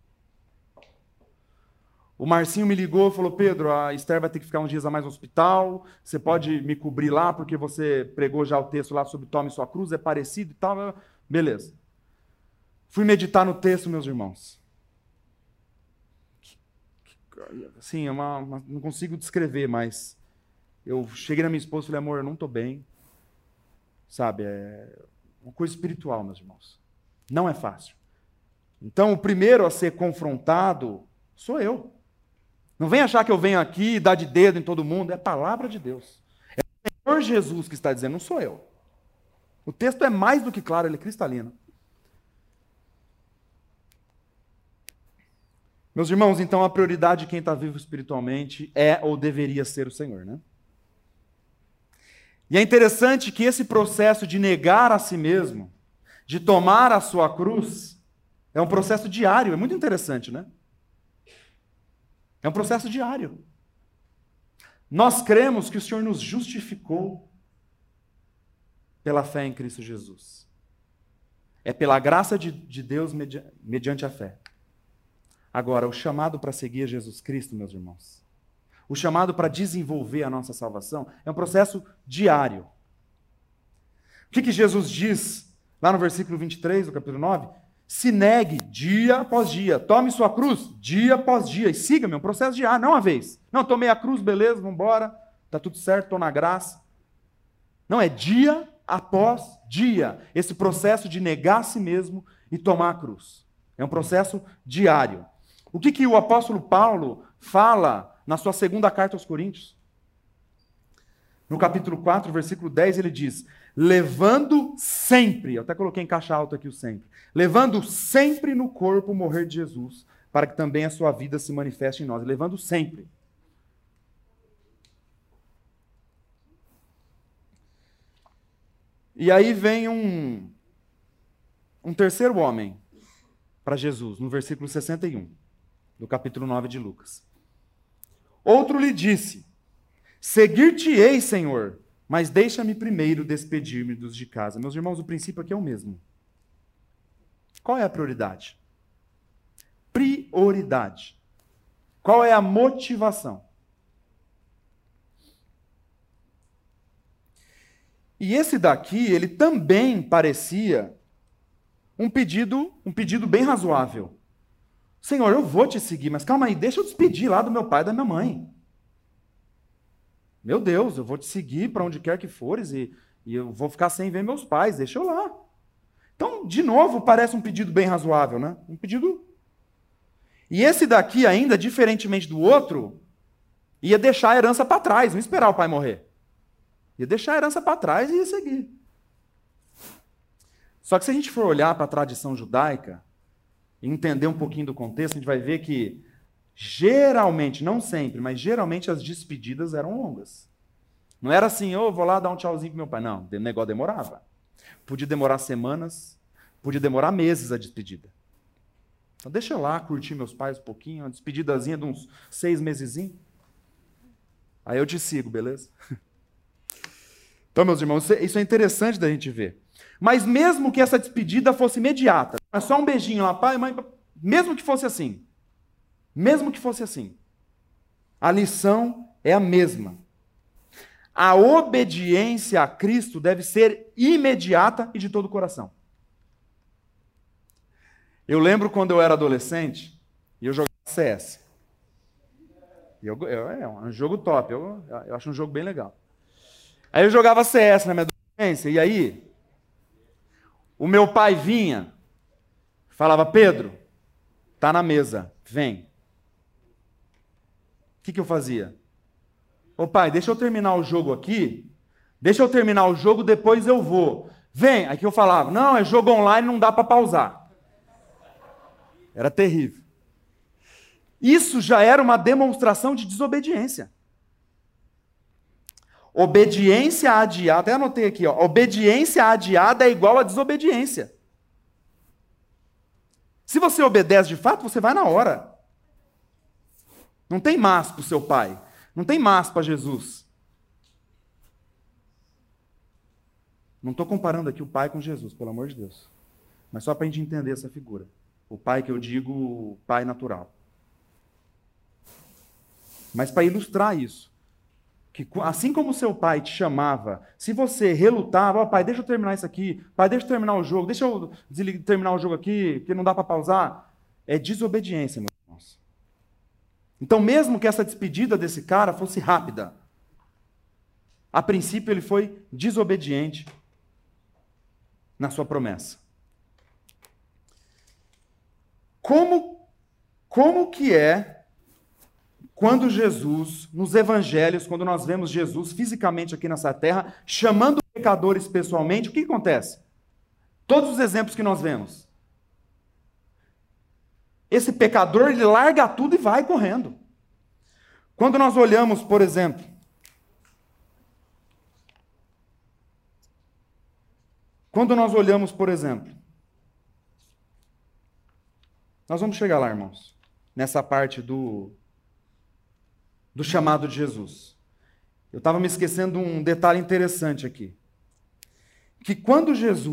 O Marcinho me ligou e falou: Pedro, a Esther vai ter que ficar uns dias a mais no hospital, você pode me cobrir lá, porque você pregou já o texto lá sobre tome sua cruz, é parecido e tal. Beleza. Fui meditar no texto, meus irmãos. Assim, não consigo descrever, mas eu cheguei na minha esposa e falei, amor, eu não estou bem. Sabe, é uma coisa espiritual, meus irmãos. Não é fácil. Então, o primeiro a ser confrontado sou eu. Não vem achar que eu venho aqui e dar de dedo em todo mundo. É a palavra de Deus. É o Senhor Jesus que está dizendo, não sou eu. O texto é mais do que claro, ele é cristalino. Meus irmãos, então a prioridade de quem está vivo espiritualmente é ou deveria ser o Senhor, né? E é interessante que esse processo de negar a si mesmo, de tomar a sua cruz, é um processo diário. É muito interessante, né? É um processo diário. Nós cremos que o Senhor nos justificou pela fé em Cristo Jesus. É pela graça de Deus mediante a fé. Agora, o chamado para seguir Jesus Cristo, meus irmãos, o chamado para desenvolver a nossa salvação é um processo diário. O que Jesus diz lá no versículo 23 do capítulo 9? Se negue dia após dia, tome sua cruz dia após dia e siga-me, é um processo diário, não uma vez. Não, tomei a cruz, beleza, vamos embora, está tudo certo, estou na graça. Não, é dia após dia, esse processo de negar a si mesmo e tomar a cruz. É um processo diário. O que o apóstolo Paulo fala na sua segunda carta aos Coríntios? No capítulo 4, versículo 10, ele diz, levando sempre, eu até coloquei em caixa alta aqui o sempre, levando sempre no corpo o morrer de Jesus, para que também a sua vida se manifeste em nós. Levando sempre. E aí vem um terceiro homem para Jesus, no versículo 61, do capítulo 9 de Lucas. Outro lhe disse, seguir-te-ei, Senhor, mas deixa-me primeiro despedir-me dos de casa. Meus irmãos, o princípio aqui é o mesmo. Qual é a prioridade? Prioridade. Qual é a motivação? E esse daqui, ele também parecia um pedido bem razoável. Senhor, eu vou te seguir, mas calma aí, deixa eu despedir lá do meu pai e da minha mãe. Meu Deus, eu vou te seguir para onde quer que fores e eu vou ficar sem ver meus pais, deixa eu lá. Então, de novo, parece um pedido bem razoável, né? Um pedido... E esse daqui ainda, diferentemente do outro, ia deixar a herança para trás, não esperar o pai morrer. Ia deixar a herança para trás e ia seguir. Só que se a gente for olhar para a tradição judaica e entender um pouquinho do contexto, a gente vai ver que geralmente, não sempre, mas geralmente as despedidas eram longas. Não era assim, vou lá dar um tchauzinho pro meu pai. Não, o negócio demorava. Podia demorar semanas, podia demorar meses a despedida. Então deixa eu lá curtir meus pais um pouquinho, uma despedidazinha de uns 6 mesezinhos. Aí eu te sigo, beleza? Então, meus irmãos, isso é interessante da gente ver. Mas mesmo que essa despedida fosse imediata, é só um beijinho lá, pai, mãe, mesmo que fosse assim, a lição é a mesma. A obediência a Cristo deve ser imediata e de todo o coração. Eu lembro quando eu era adolescente e eu jogava CS. É um jogo top, eu acho um jogo bem legal. Aí eu jogava CS na minha adolescência, e aí o meu pai vinha, falava, Pedro, tá na mesa, vem. O que eu fazia? Ô pai, deixa eu terminar o jogo aqui, depois eu vou. Vem, aí que eu falava, não, é jogo online, não dá para pausar. Era terrível. Isso já era uma demonstração de desobediência. Obediência adiada, até anotei aqui, obediência adiada é igual a desobediência. Se você obedece de fato, você vai na hora. Não tem mas para o seu pai, não tem mas para Jesus. Não estou comparando aqui o pai com Jesus, pelo amor de Deus. Mas só para a gente entender essa figura. O pai que eu digo, o pai natural. Mas para ilustrar isso, que assim como seu pai te chamava, se você relutava, pai, deixa eu terminar isso aqui, pai, deixa eu terminar o jogo, deixa eu terminar o jogo aqui, porque não dá para pausar, é desobediência, meus irmãos. Então, mesmo que essa despedida desse cara fosse rápida, A princípio, ele foi desobediente na sua promessa. Como que é quando Jesus, nos evangelhos, quando nós vemos Jesus fisicamente aqui nessa terra, chamando pecadores pessoalmente, o que acontece? Todos os exemplos que nós vemos. Esse pecador, ele larga tudo e vai correndo. Quando nós olhamos, por exemplo, nós vamos chegar lá, irmãos, nessa parte do chamado de Jesus. Eu estava me esquecendo um detalhe interessante aqui. Que quando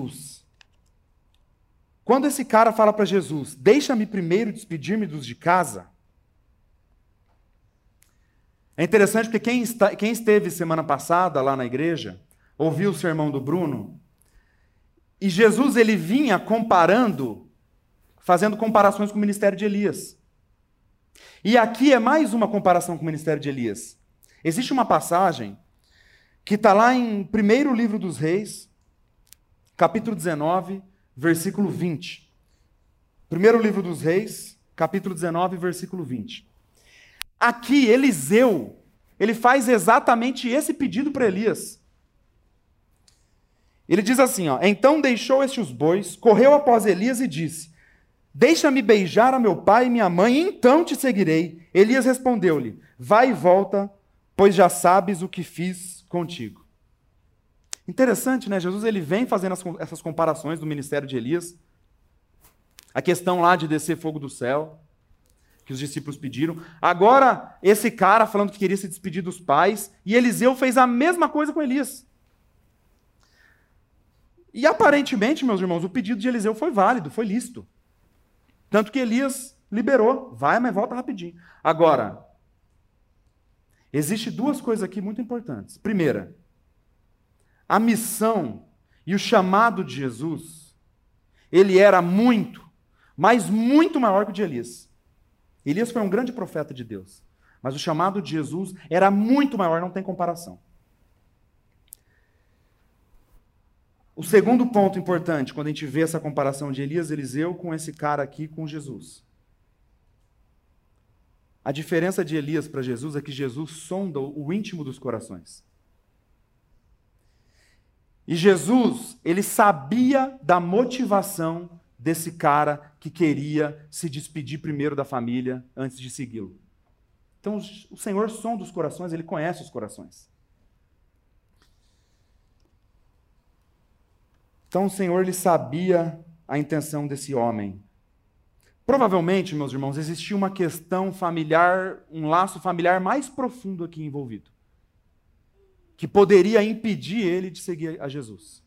esse cara fala para Jesus, deixa-me primeiro despedir-me dos de casa, é interessante porque quem esteve semana passada lá na igreja, ouviu o sermão do Bruno, e Jesus ele vinha fazendo comparações com o ministério de Elias. E aqui é mais uma comparação com o ministério de Elias. Existe uma passagem que está lá em 1º livro dos Reis, capítulo 19, versículo 20. 1º livro dos Reis, capítulo 19, versículo 20. Aqui, Eliseu, ele faz exatamente esse pedido para Elias. Ele diz assim, ó, então deixou estes bois, correu após Elias e disse, deixa-me beijar a meu pai e minha mãe, e então te seguirei. Elias respondeu-lhe, vai e volta, pois já sabes o que fiz contigo. Interessante, né? Jesus ele vem fazendo essas comparações do ministério de Elias. A questão lá de descer fogo do céu, que os discípulos pediram. Agora, esse cara falando que queria se despedir dos pais, e Eliseu fez a mesma coisa com Elias. E aparentemente, meus irmãos, o pedido de Eliseu foi válido, foi lícito. Tanto que Elias liberou, vai, mas volta rapidinho. Agora, existe duas coisas aqui muito importantes. Primeira, a missão e o chamado de Jesus, ele era muito, mas muito maior que o de Elias. Elias foi um grande profeta de Deus, mas o chamado de Jesus era muito maior, não tem comparação. O segundo ponto importante, quando a gente vê essa comparação de Elias, Eliseu, com esse cara aqui, com Jesus. A diferença de Elias para Jesus é que Jesus sonda o íntimo dos corações. E Jesus, ele sabia da motivação desse cara que queria se despedir primeiro da família antes de segui-lo. Então, o Senhor sonda os corações, ele conhece os corações. Então o Senhor ele sabia a intenção desse homem. Provavelmente, meus irmãos, existia uma questão familiar, um laço familiar mais profundo aqui envolvido, que poderia impedir ele de seguir a Jesus.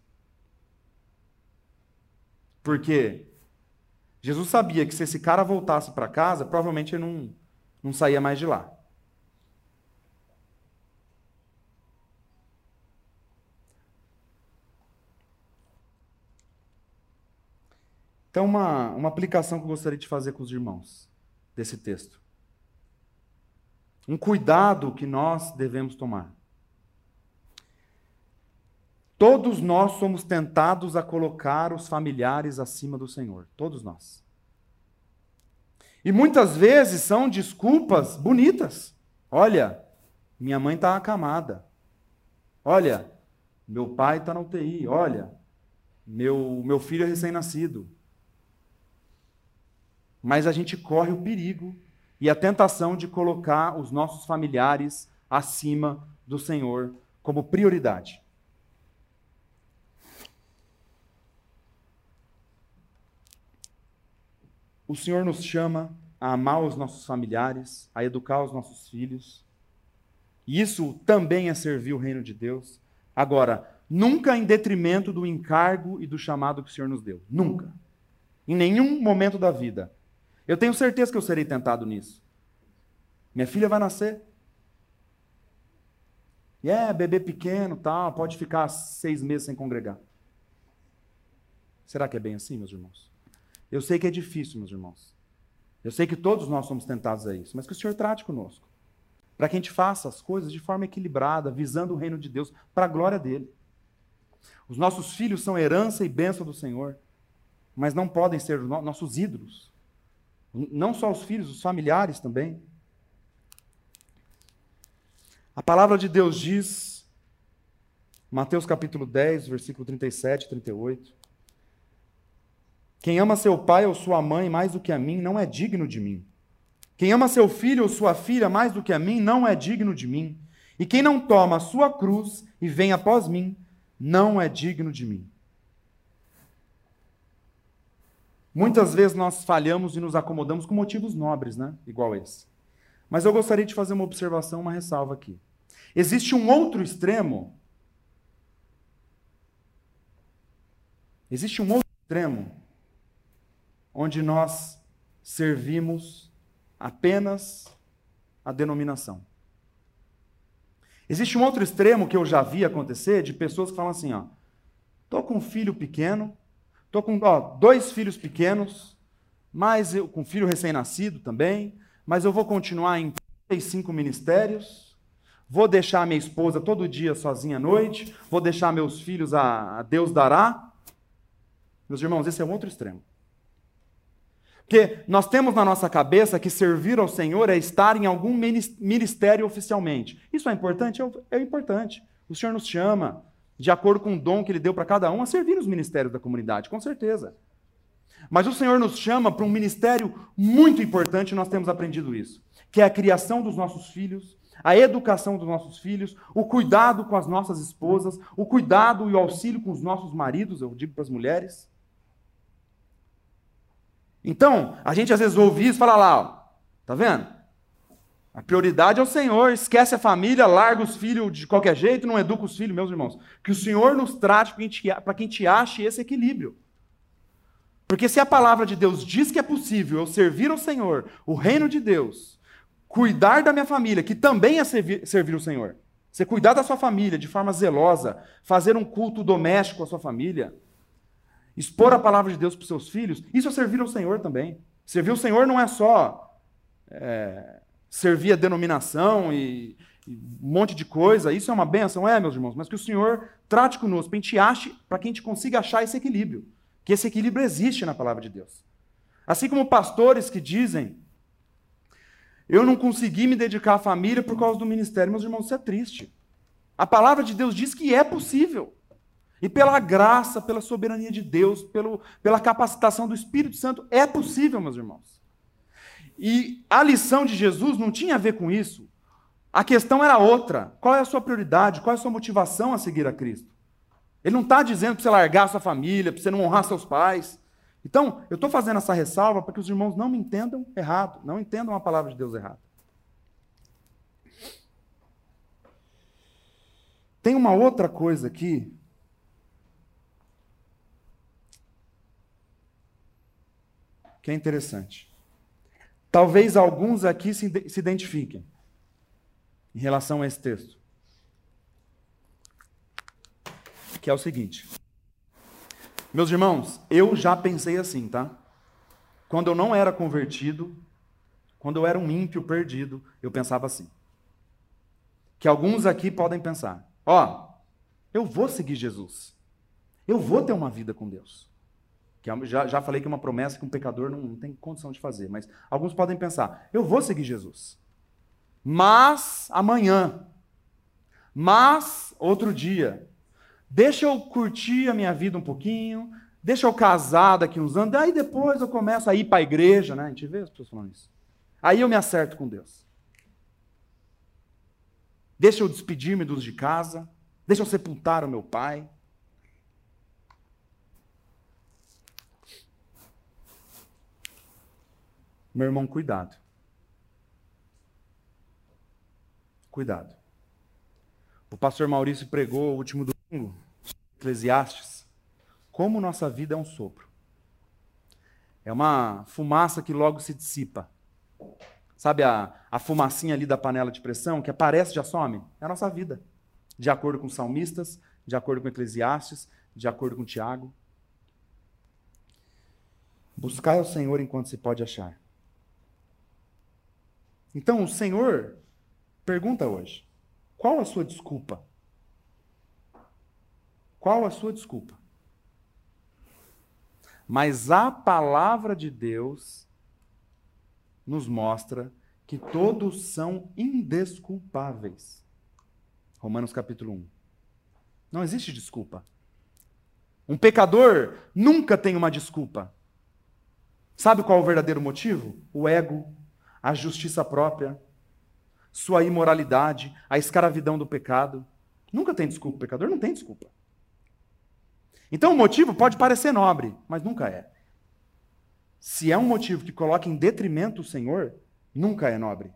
Porque Jesus sabia que se esse cara voltasse para casa, provavelmente ele não saía mais de lá. Então, uma aplicação que eu gostaria de fazer com os irmãos desse texto. Um cuidado que nós devemos tomar. Todos nós somos tentados a colocar os familiares acima do Senhor. Todos nós. E muitas vezes são desculpas bonitas. Olha, minha mãe está acamada. Olha, meu pai está na UTI. Olha, meu filho é recém-nascido. Mas a gente corre o perigo e a tentação de colocar os nossos familiares acima do Senhor como prioridade. O Senhor nos chama a amar os nossos familiares, a educar os nossos filhos. E isso também é servir o reino de Deus. Agora, nunca em detrimento do encargo e do chamado que o Senhor nos deu. Nunca. Em nenhum momento da vida. Eu tenho certeza que eu serei tentado nisso. Minha filha vai nascer. E bebê pequeno, tal, pode ficar 6 meses sem congregar. Será que é bem assim, meus irmãos? Eu sei que é difícil, meus irmãos. Eu sei que todos nós somos tentados a isso, mas que o Senhor trate conosco. para que a gente faça as coisas de forma equilibrada, visando o reino de Deus, para a glória dele. Os nossos filhos são herança e bênção do Senhor, mas não podem ser nossos ídolos. Não só os filhos, os familiares também. A palavra de Deus diz, Mateus capítulo 10, versículo 37 e 38, quem ama seu pai ou sua mãe mais do que a mim, não é digno de mim. Quem ama seu filho ou sua filha mais do que a mim, não é digno de mim. E quem não toma a sua cruz e vem após mim, não é digno de mim. Muitas vezes nós falhamos e nos acomodamos com motivos nobres, né? Igual esse. Mas eu gostaria de fazer uma observação, uma ressalva aqui. Existe um outro extremo. Existe um outro extremo onde nós servimos apenas a denominação. Existe um outro extremo que eu já vi acontecer de pessoas que falam assim, ó, tô com um filho pequeno, tô com 2 filhos pequenos, mas com filho recém-nascido também, mas eu vou continuar em 35 ministérios, vou deixar minha esposa todo dia sozinha à noite, vou deixar meus filhos a Deus dará. Meus irmãos, esse é um outro extremo. Porque nós temos na nossa cabeça que servir ao Senhor é estar em algum ministério oficialmente. Isso é importante? É importante. O Senhor nos chama, de acordo com o dom que Ele deu para cada um, a servir nos ministérios da comunidade, com certeza. Mas o Senhor nos chama para um ministério muito importante, e nós temos aprendido isso, que é a criação dos nossos filhos, a educação dos nossos filhos, o cuidado com as nossas esposas, o cuidado e o auxílio com os nossos maridos, eu digo para as mulheres. Então, a gente às vezes ouve isso e fala lá, ó, tá vendo? A prioridade é o Senhor, esquece a família, larga os filhos de qualquer jeito, não educa os filhos, meus irmãos. Que o Senhor nos trate para que a gente ache esse equilíbrio. Porque se a palavra de Deus diz que é possível eu servir ao Senhor, o reino de Deus, cuidar da minha família, que também é servir o Senhor, você cuidar da sua família de forma zelosa, fazer um culto doméstico à sua família, expor a palavra de Deus para os seus filhos, isso é servir ao Senhor também. Servir ao Senhor não é só servir a denominação e um monte de coisa, isso é uma bênção, meus irmãos, mas que o Senhor trate conosco, para que a gente consiga achar esse equilíbrio, que esse equilíbrio existe na palavra de Deus. Assim como pastores que dizem, eu não consegui me dedicar à família por causa do ministério, meus irmãos, isso é triste. A palavra de Deus diz que é possível. E pela graça, pela soberania de Deus, pela capacitação do Espírito Santo, é possível, meus irmãos. E a lição de Jesus não tinha a ver com isso. A questão era outra. Qual é a sua prioridade? Qual é a sua motivação a seguir a Cristo? Ele não está dizendo para você largar a sua família, para você não honrar seus pais. Então, eu estou fazendo essa ressalva para que os irmãos não me entendam errado, não entendam a palavra de Deus errado. Tem uma outra coisa aqui que é interessante. Talvez alguns aqui se identifiquem em relação a esse texto. Que é o seguinte. Meus irmãos, eu já pensei assim, tá? Quando eu não era convertido, quando eu era um ímpio perdido, eu pensava assim. Que alguns aqui podem pensar, eu vou seguir Jesus. Eu vou ter uma vida com Deus. Que já falei que é uma promessa que um pecador não tem condição de fazer, mas alguns podem pensar, eu vou seguir Jesus. Mas amanhã, mas outro dia, deixa eu curtir a minha vida um pouquinho, deixa eu casar daqui uns anos, aí depois eu começo a ir para a igreja, né? A gente vê as pessoas falando isso. Aí eu me acerto com Deus. Deixa eu despedir-me dos de casa, deixa eu sepultar o meu pai. Meu irmão, cuidado. Cuidado. O pastor Maurício pregou o último domingo, Eclesiastes, como nossa vida é um sopro. É uma fumaça que logo se dissipa. Sabe a fumacinha ali da panela de pressão, que aparece e já some? É a nossa vida. De acordo com os salmistas, de acordo com Eclesiastes, de acordo com Tiago. Buscai ao Senhor enquanto se pode achar. Então, o Senhor Pergunta hoje: qual a sua desculpa? Qual a sua desculpa? Mas a palavra de Deus nos mostra que todos são indesculpáveis. Romanos capítulo 1. Não existe desculpa. Um pecador nunca tem uma desculpa. Sabe qual é o verdadeiro motivo? O ego, a justiça própria, sua imoralidade, a escravidão do pecado. Nunca tem desculpa. O pecador não tem desculpa. Então o motivo pode parecer nobre, mas nunca é. Se é um motivo que coloca em detrimento o Senhor, nunca é nobre.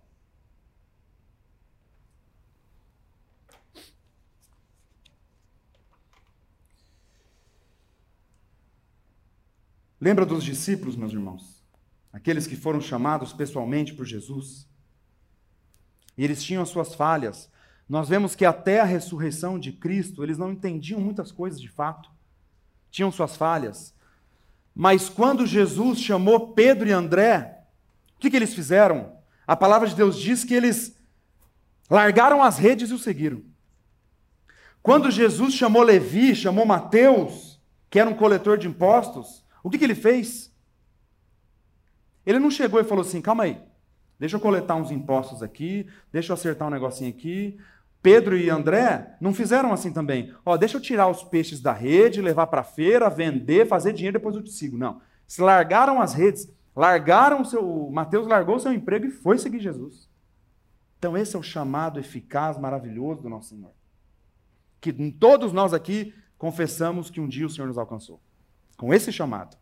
Lembra dos discípulos, meus irmãos? Aqueles que foram chamados pessoalmente por Jesus. E eles tinham as suas falhas. Nós vemos que até a ressurreição de Cristo, eles não entendiam muitas coisas de fato. Tinham suas falhas. Mas quando Jesus chamou Pedro e André, o que eles fizeram? A palavra de Deus diz que eles largaram as redes e o seguiram. Quando Jesus chamou Levi, chamou Mateus, que era um coletor de impostos, o que ele fez? Ele não chegou e falou assim: calma aí, deixa eu coletar uns impostos aqui, deixa eu acertar um negocinho aqui. Pedro e André não fizeram assim também. Deixa eu tirar os peixes da rede, levar para a feira, vender, fazer dinheiro, depois eu te sigo. Não. Se largaram as redes, Mateus largou o seu emprego e foi seguir Jesus. Então esse é o chamado eficaz, maravilhoso do nosso Senhor. Que todos nós aqui confessamos que um dia o Senhor nos alcançou. Com esse chamado.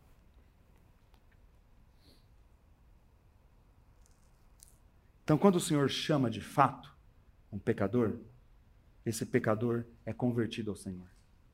Então quando o Senhor chama de fato um pecador, esse pecador é convertido ao Senhor.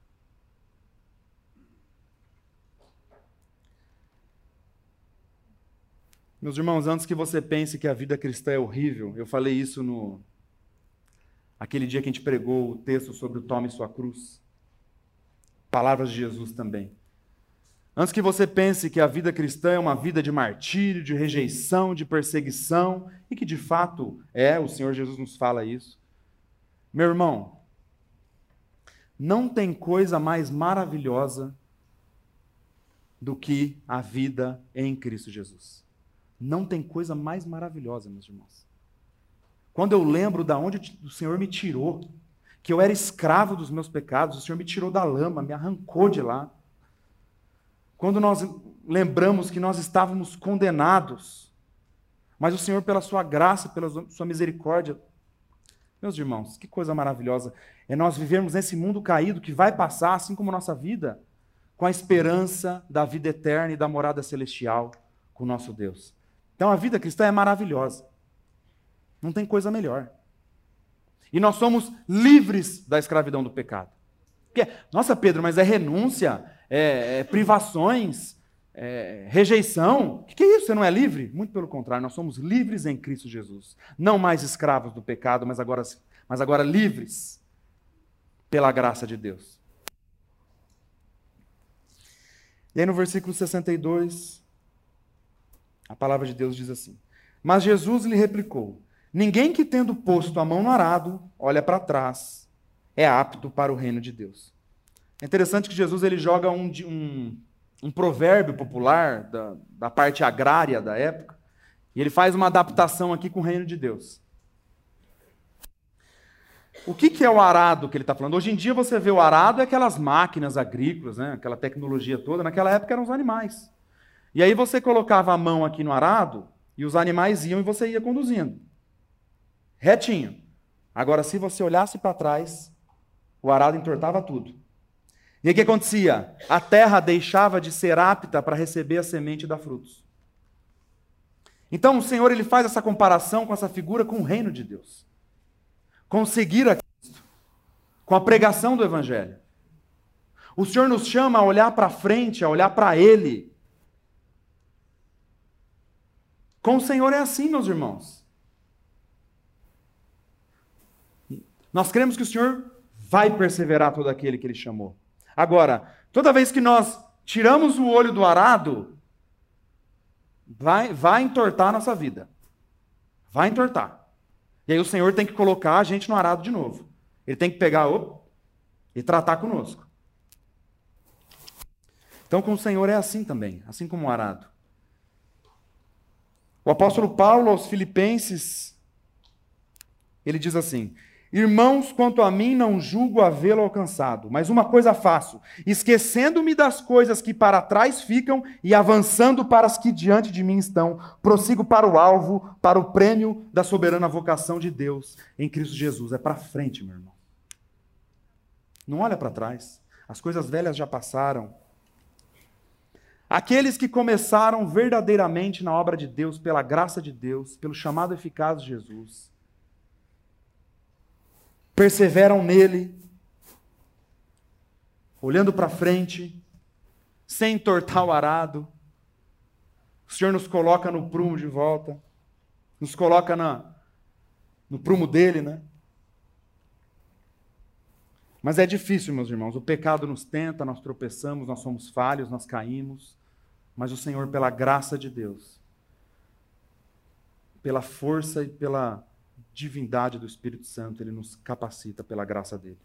Meus irmãos, antes que você pense que a vida cristã é horrível, eu falei isso aquele dia que a gente pregou o texto sobre o Tome Sua Cruz. Palavras de Jesus também. Antes que você pense que a vida cristã é uma vida de martírio, de rejeição, de perseguição, e que de fato o Senhor Jesus nos fala isso. Meu irmão, não tem coisa mais maravilhosa do que a vida em Cristo Jesus. Não tem coisa mais maravilhosa, meus irmãos. Quando eu lembro de onde o Senhor me tirou, que eu era escravo dos meus pecados, o Senhor me tirou da lama, me arrancou de lá. Quando nós lembramos que nós estávamos condenados, mas o Senhor, pela sua graça, pela sua misericórdia, meus irmãos, que coisa maravilhosa é nós vivermos nesse mundo caído que vai passar, assim como nossa vida, com a esperança da vida eterna e da morada celestial com o nosso Deus. Então a vida cristã é maravilhosa. Não tem coisa melhor. E nós somos livres da escravidão do pecado. Nossa, Pedro, mas é renúncia, privações, rejeição. O que é isso? Você não é livre? Muito pelo contrário, nós somos livres em Cristo Jesus. Não mais escravos do pecado, mas agora livres pela graça de Deus. E aí no versículo 62, a palavra de Deus diz assim: mas Jesus lhe replicou: ninguém que tendo posto a mão no arado, olha para trás, é apto para o reino de Deus. É interessante que Jesus ele joga um provérbio popular da parte agrária da época, e ele faz uma adaptação aqui com o reino de Deus. O que é o arado que ele está falando? Hoje em dia você vê o arado, é aquelas máquinas agrícolas, né? Aquela tecnologia toda. Naquela época eram os animais. E aí você colocava a mão aqui no arado, e os animais iam e você ia conduzindo. Retinho. Agora, se você olhasse para trás, o arado entortava tudo. E aí o que acontecia? A terra deixava de ser apta para receber a semente e dar frutos. Então o Senhor ele faz essa comparação com essa figura com o reino de Deus. Com seguir a Cristo. Com a pregação do Evangelho. O Senhor nos chama a olhar para frente, a olhar para Ele. Com o Senhor é assim, meus irmãos. Nós cremos que o Senhor vai perseverar todo aquele que Ele chamou. Agora, toda vez que nós tiramos o olho do arado, vai entortar a nossa vida. Vai entortar. E aí o Senhor tem que colocar a gente no arado de novo. Ele tem que pegar e tratar conosco. Então com o Senhor é assim também, assim como o arado. O apóstolo Paulo aos Filipenses, ele diz assim: irmãos, quanto a mim, não julgo havê-lo alcançado, mas uma coisa faço, esquecendo-me das coisas que para trás ficam e avançando para as que diante de mim estão, prossigo para o alvo, para o prêmio da soberana vocação de Deus em Cristo Jesus. É para frente, meu irmão. Não olha para trás. As coisas velhas já passaram. Aqueles que começaram verdadeiramente na obra de Deus, pela graça de Deus, pelo chamado eficaz de Jesus, perseveram nele, olhando para frente, sem entortar o arado. O Senhor nos coloca no prumo de volta, nos coloca no prumo dele, né? Mas é difícil, meus irmãos. O pecado nos tenta, nós tropeçamos, nós somos falhos, nós caímos. Mas o Senhor, pela graça de Deus, pela força e pela divindade do Espírito Santo, Ele nos capacita pela graça dele.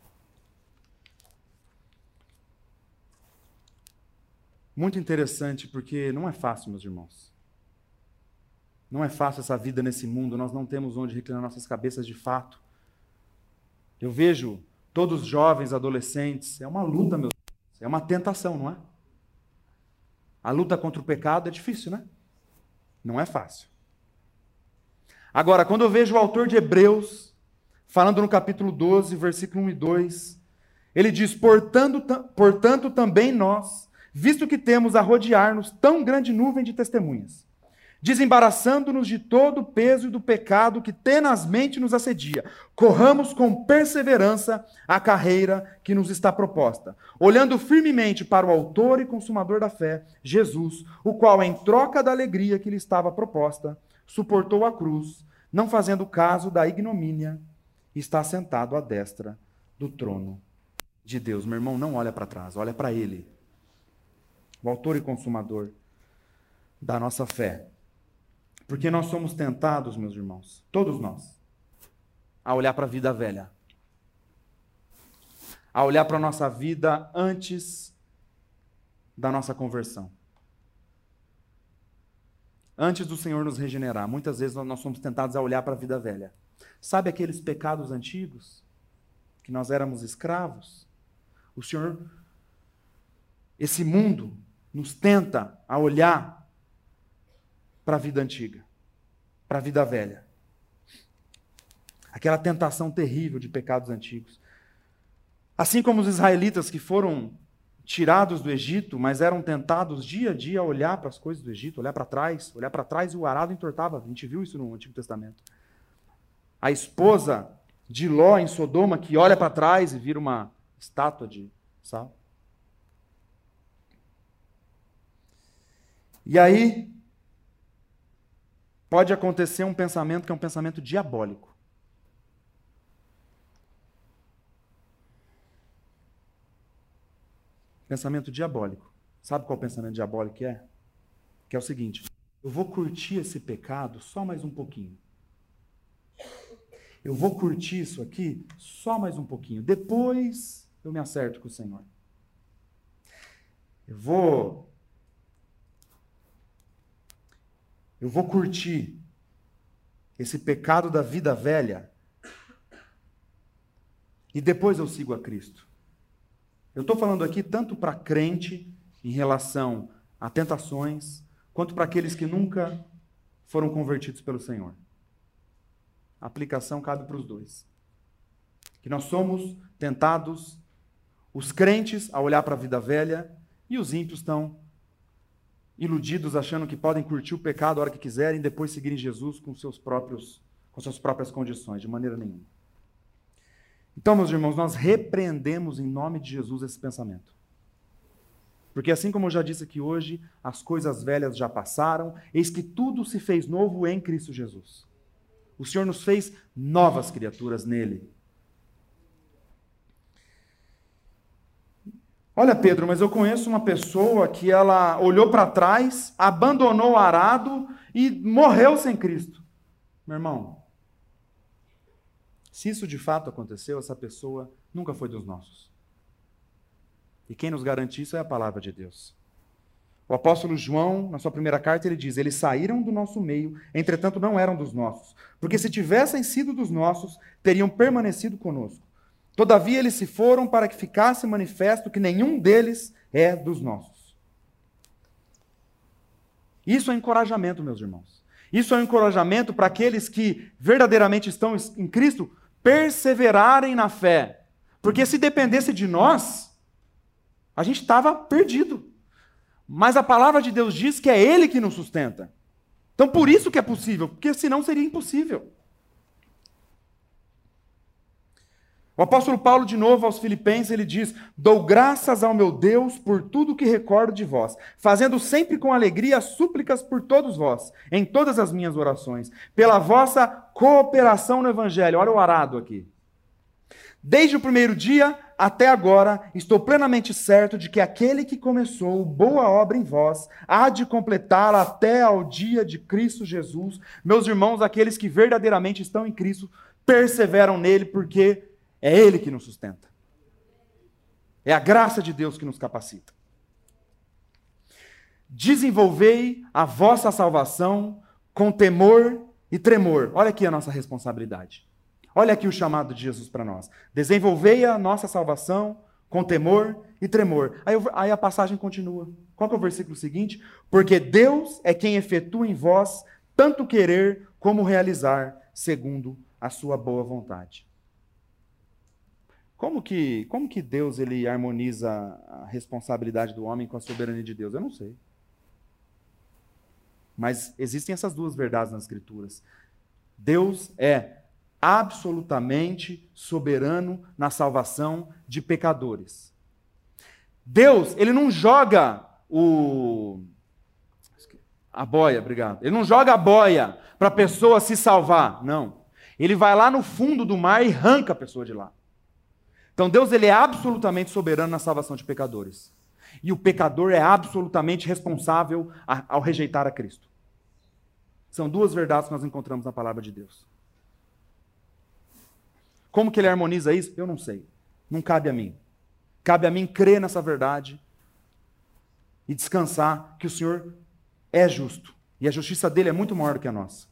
Muito interessante, porque não é fácil, meus irmãos. Não é fácil essa vida nesse mundo, nós não temos onde reclinar nossas cabeças de fato. Eu vejo todos os jovens, adolescentes, é uma luta, meus irmãos, é uma tentação, não é? A luta contra o pecado é difícil, né? Não é fácil. Agora, quando eu vejo o autor de Hebreus, falando no capítulo 12, versículo 1 e 2, ele diz: portanto também nós, visto que temos a rodear-nos tão grande nuvem de testemunhas, desembaraçando-nos de todo o peso e do pecado que tenazmente nos assedia, corramos com perseverança a carreira que nos está proposta, olhando firmemente para o autor e consumador da fé, Jesus, o qual, em troca da alegria que lhe estava proposta, suportou a cruz, não fazendo caso da ignomínia, e está sentado à destra do trono de Deus. Meu irmão, não olha para trás, olha para ele, o autor e consumador da nossa fé. Porque nós somos tentados, meus irmãos, todos nós, a olhar para a vida velha, a olhar para a nossa vida antes da nossa conversão, antes do Senhor nos regenerar. Muitas vezes nós somos tentados a olhar para a vida velha. Sabe aqueles pecados antigos, que nós éramos escravos? O Senhor, esse mundo, nos tenta a olhar para a vida antiga, para a vida velha. Aquela tentação terrível de pecados antigos. Assim como os israelitas que foram tirados do Egito, mas eram tentados dia a dia a olhar para as coisas do Egito, olhar para trás e o arado entortava. A gente viu isso no Antigo Testamento. A esposa de Ló em Sodoma que olha para trás e vira uma estátua de sal. E aí pode acontecer um pensamento que é um pensamento diabólico. Pensamento diabólico. Sabe qual pensamento diabólico é? Que é o seguinte: eu vou curtir esse pecado só mais um pouquinho. Eu vou curtir isso aqui só mais um pouquinho. Depois eu me acerto com o Senhor. Eu vou curtir esse pecado da vida velha e depois eu sigo a Cristo. Eu estou falando aqui tanto para crente em relação a tentações, quanto para aqueles que nunca foram convertidos pelo Senhor. A aplicação cabe para os dois. Que nós somos tentados, os crentes, a olhar para a vida velha, e os ímpios estão iludidos, achando que podem curtir o pecado a hora que quiserem e depois seguirem Jesus com suas próprias condições, de maneira nenhuma. Então, meus irmãos, nós repreendemos em nome de Jesus esse pensamento. Porque assim como eu já disse aqui hoje, as coisas velhas já passaram, eis que tudo se fez novo em Cristo Jesus. O Senhor nos fez novas criaturas nele. Olha, Pedro, mas eu conheço uma pessoa que ela olhou para trás, abandonou o arado e morreu sem Cristo. Meu irmão, Se isso de fato aconteceu, essa pessoa nunca foi dos nossos. E quem nos garante isso é a palavra de Deus. O apóstolo João, na sua primeira carta, ele diz: eles saíram do nosso meio, entretanto não eram dos nossos. Porque se tivessem sido dos nossos, teriam permanecido conosco. Todavia eles se foram para que ficasse manifesto que nenhum deles é dos nossos. Isso é encorajamento, meus irmãos. Isso é um encorajamento para aqueles que verdadeiramente estão em Cristo perseverarem na fé. Porque se dependesse de nós, a gente estava perdido. Mas a palavra de Deus diz que é Ele que nos sustenta. Então por isso que é possível, porque senão seria impossível. O apóstolo Paulo, de novo, aos Filipenses, ele diz: dou graças ao meu Deus por tudo que recordo de vós, fazendo sempre com alegria súplicas por todos vós, em todas as minhas orações, pela vossa cooperação no Evangelho. Olha o arado aqui. Desde o primeiro dia até agora, estou plenamente certo de que aquele que começou boa obra em vós, há de completá-la até ao dia de Cristo Jesus. Meus irmãos, aqueles que verdadeiramente estão em Cristo, perseveram nele, porque é Ele que nos sustenta. É a graça de Deus que nos capacita. Desenvolvei a vossa salvação com temor e tremor. Olha aqui a nossa responsabilidade. Olha aqui o chamado de Jesus para nós. Desenvolvei a nossa salvação com temor e tremor. Aí a passagem continua. Qual que é o versículo seguinte? Porque Deus é quem efetua em vós tanto querer como realizar, segundo a sua boa vontade. Como que Deus ele harmoniza a responsabilidade do homem com a soberania de Deus? Eu não sei. Mas existem essas duas verdades nas Escrituras. Deus é absolutamente soberano na salvação de pecadores. Deus, ele não joga a boia, obrigado. Ele não joga a boia para a pessoa se salvar, não. Ele vai lá no fundo do mar e arranca a pessoa de lá. Então Deus ele é absolutamente soberano na salvação de pecadores. E o pecador é absolutamente responsável ao rejeitar a Cristo. São duas verdades que nós encontramos na palavra de Deus. Como que ele harmoniza isso? Eu não sei. Não cabe a mim. Cabe a mim crer nessa verdade e descansar que o Senhor é justo. E a justiça dele é muito maior do que a nossa.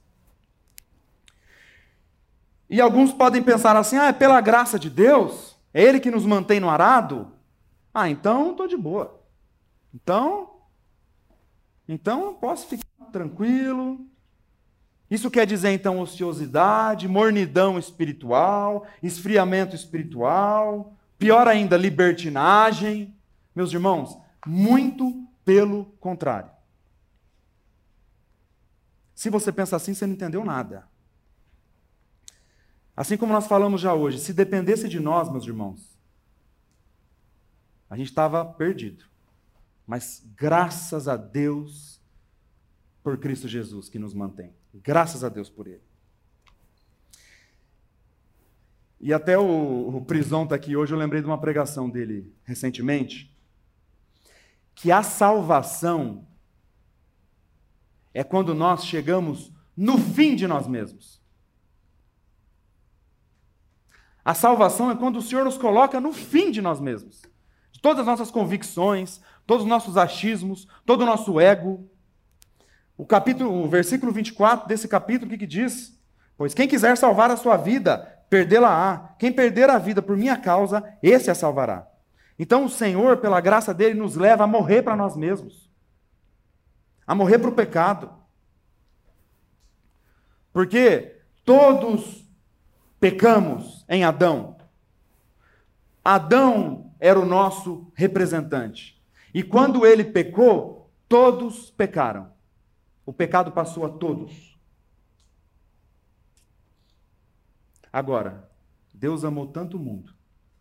E alguns podem pensar assim: é pela graça de Deus? É Ele que nos mantém no arado? Então estou de boa. Então eu posso ficar tranquilo. Isso quer dizer, então, ociosidade, mornidão espiritual, esfriamento espiritual, pior ainda, libertinagem. Meus irmãos, muito pelo contrário. Se você pensa assim, você não entendeu nada. Assim como nós falamos já hoje, se dependesse de nós, meus irmãos, a gente estava perdido. Mas graças a Deus por Cristo Jesus que nos mantém. Graças a Deus por Ele. E até o Prison está aqui hoje, eu lembrei de uma pregação dele recentemente, que a salvação é quando nós chegamos no fim de nós mesmos. A salvação é quando o Senhor nos coloca no fim de nós mesmos. De todas as nossas convicções, todos os nossos achismos, todo o nosso ego. O versículo 24 desse capítulo, o que diz? Pois quem quiser salvar a sua vida, perdê-la-á. Quem perder a vida por minha causa, esse a salvará. Então o Senhor, pela graça dele, nos leva a morrer para nós mesmos. A morrer para o pecado. Porque todos pecamos em Adão. Adão era o nosso representante. E quando ele pecou, todos pecaram. O pecado passou a todos. Agora, Deus amou tanto o mundo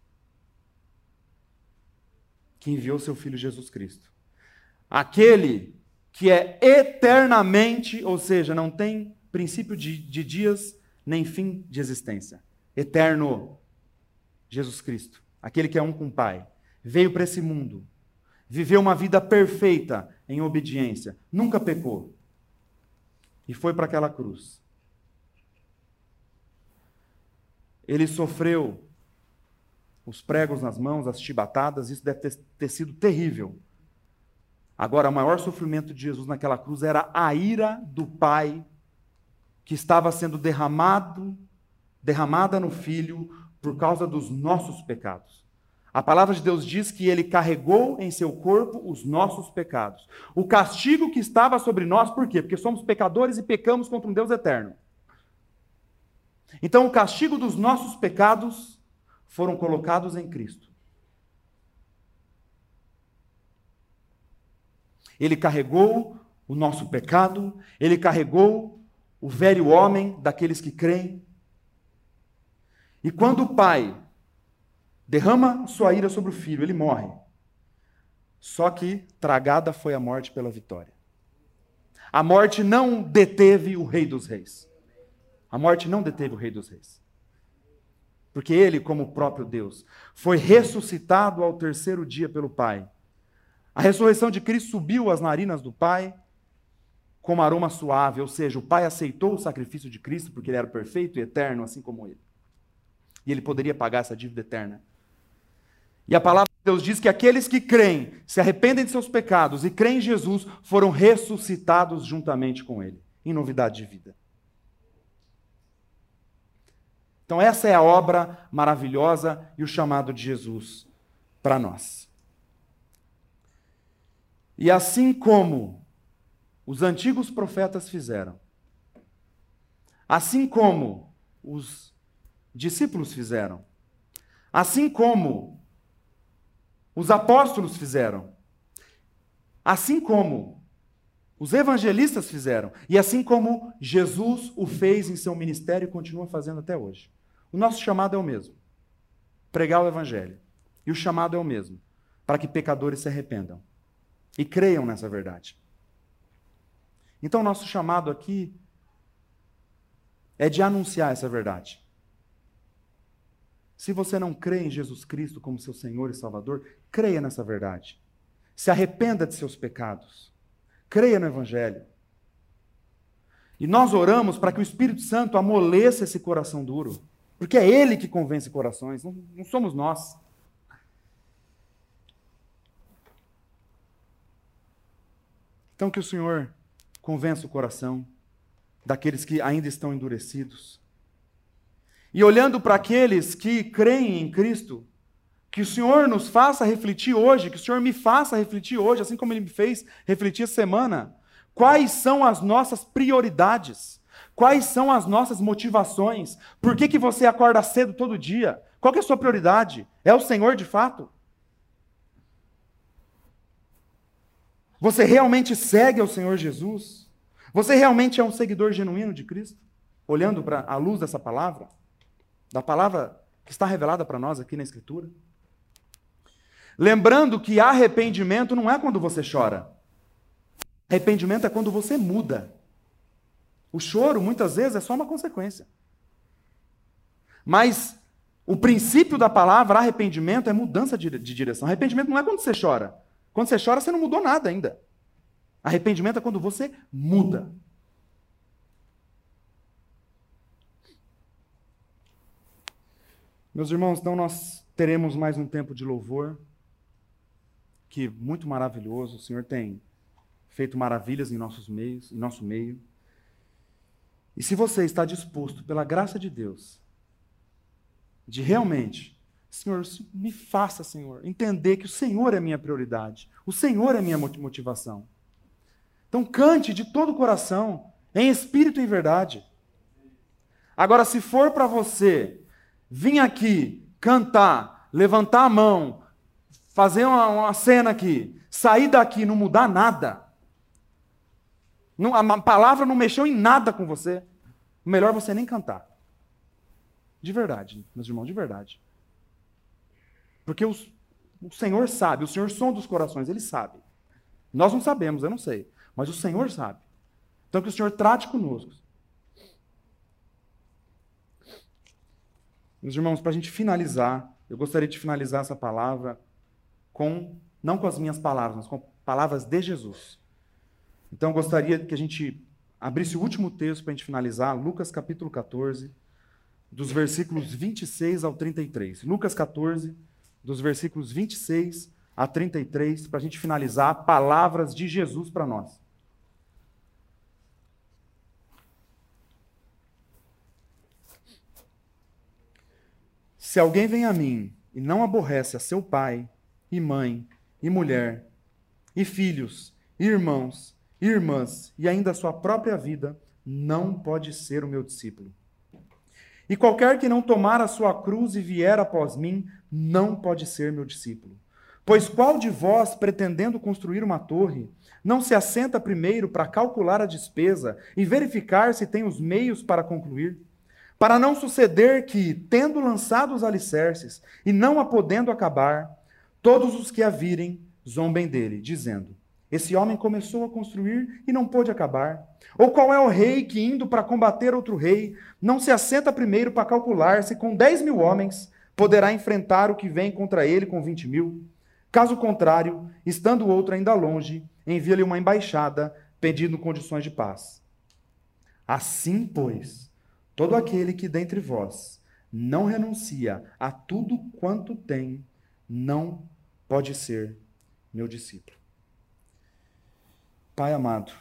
que enviou seu Filho Jesus Cristo. Aquele que é eternamente, ou seja, não tem princípio de dias nem fim de existência. Eterno. Jesus Cristo. Aquele que é um com o Pai. Veio para esse mundo. Viveu uma vida perfeita em obediência. Nunca pecou. E foi para aquela cruz. ele sofreu os pregos nas mãos, as chibatadas, isso deve ter sido terrível. Agora, o maior sofrimento de Jesus naquela cruz era a ira do Pai que estava sendo derramada no Filho por causa dos nossos pecados. A palavra de Deus diz que ele carregou em seu corpo os nossos pecados. O castigo que estava sobre nós, por quê? Porque somos pecadores e pecamos contra um Deus eterno. Então, o castigo dos nossos pecados foram colocados em Cristo. Ele carregou o nosso pecado, ele carregou o velho homem daqueles que creem. E quando o Pai derrama sua ira sobre o Filho, ele morre. Só que tragada foi a morte pela vitória. A morte não deteve o Rei dos Reis. A morte não deteve o Rei dos Reis. Porque ele, como o próprio Deus, foi ressuscitado ao terceiro dia pelo Pai. A ressurreição de Cristo subiu às narinas do Pai como aroma suave, ou seja, o Pai aceitou o sacrifício de Cristo porque ele era perfeito e eterno, assim como ele. E ele poderia pagar essa dívida eterna. E a palavra de Deus diz que aqueles que creem, se arrependem de seus pecados e creem em Jesus, foram ressuscitados juntamente com ele, em novidade de vida. Então essa é a obra maravilhosa e o chamado de Jesus para nós. E assim como os antigos profetas fizeram, assim como os discípulos fizeram, assim como os apóstolos fizeram, assim como os evangelistas fizeram, e assim como Jesus o fez em seu ministério e continua fazendo até hoje. O nosso chamado é o mesmo, pregar o evangelho. E o chamado é o mesmo, para que pecadores se arrependam e creiam nessa verdade. Então, nosso chamado aqui é de anunciar essa verdade. Se você não crê em Jesus Cristo como seu Senhor e Salvador, creia nessa verdade. Se arrependa de seus pecados. Creia no Evangelho. E nós oramos para que o Espírito Santo amoleça esse coração duro. Porque é Ele que convence corações, não somos nós. Então que o Senhor convença o coração daqueles que ainda estão endurecidos. E olhando para aqueles que creem em Cristo, que o Senhor nos faça refletir hoje, que o Senhor me faça refletir hoje, assim como Ele me fez refletir essa semana, quais são as nossas prioridades, quais são as nossas motivações, por que você acorda cedo todo dia, qual que é a sua prioridade? É o Senhor de fato? Você realmente segue ao Senhor Jesus? Você realmente é um seguidor genuíno de Cristo? Olhando para a luz dessa palavra? Da palavra que está revelada para nós aqui na Escritura. Lembrando que arrependimento não é quando você chora. Arrependimento é quando você muda. O choro, muitas vezes, é só uma consequência. Mas o princípio da palavra arrependimento é mudança de direção. Arrependimento não é quando você chora. Quando você chora, você não mudou nada ainda. Arrependimento é quando você muda. Meus irmãos, então nós teremos mais um tempo de louvor, que muito maravilhoso. O Senhor tem feito maravilhas em nosso meio. E se você está disposto, pela graça de Deus, de realmente, Senhor, me faça, Senhor, entender que o Senhor é minha prioridade, o Senhor é minha motivação. Então cante de todo o coração, em espírito e em verdade. Agora, se for para você vir aqui, cantar, levantar a mão, fazer uma cena aqui, sair daqui e não mudar nada, a palavra não mexeu em nada com você, melhor você nem cantar. De verdade, meus irmãos, de verdade. Porque o Senhor sabe, o Senhor sonda os corações, Ele sabe. Nós não sabemos, eu não sei, mas o Senhor sabe. Então que o Senhor trate conosco. Meus irmãos, para a gente finalizar, eu gostaria de finalizar essa palavra não com as minhas palavras, mas com palavras de Jesus. Então, eu gostaria que a gente abrisse o último texto para a gente finalizar, Lucas capítulo 14, dos versículos 26 ao 33. Lucas 14, dos versículos 26 a 33, para a gente finalizar, palavras de Jesus para nós. Se alguém vem a mim e não aborrece a seu pai, e mãe, e mulher, e filhos, e irmãos, e irmãs, e ainda a sua própria vida, não pode ser o meu discípulo. E qualquer que não tomar a sua cruz e vier após mim, não pode ser meu discípulo. Pois qual de vós, pretendendo construir uma torre, não se assenta primeiro para calcular a despesa e verificar se tem os meios para concluir? Para não suceder que, tendo lançado os alicerces e não a podendo acabar, todos os que a virem zombem dele, dizendo: esse homem começou a construir e não pôde acabar. Ou qual é o rei que, indo para combater outro rei, não se assenta primeiro para calcular se com 10.000 homens poderá enfrentar o que vem contra ele com 20.000? Caso contrário, estando o outro ainda longe, envia-lhe uma embaixada pedindo condições de paz. Assim, pois, todo aquele que dentre vós não renuncia a tudo quanto tem, não pode ser meu discípulo. Pai amado,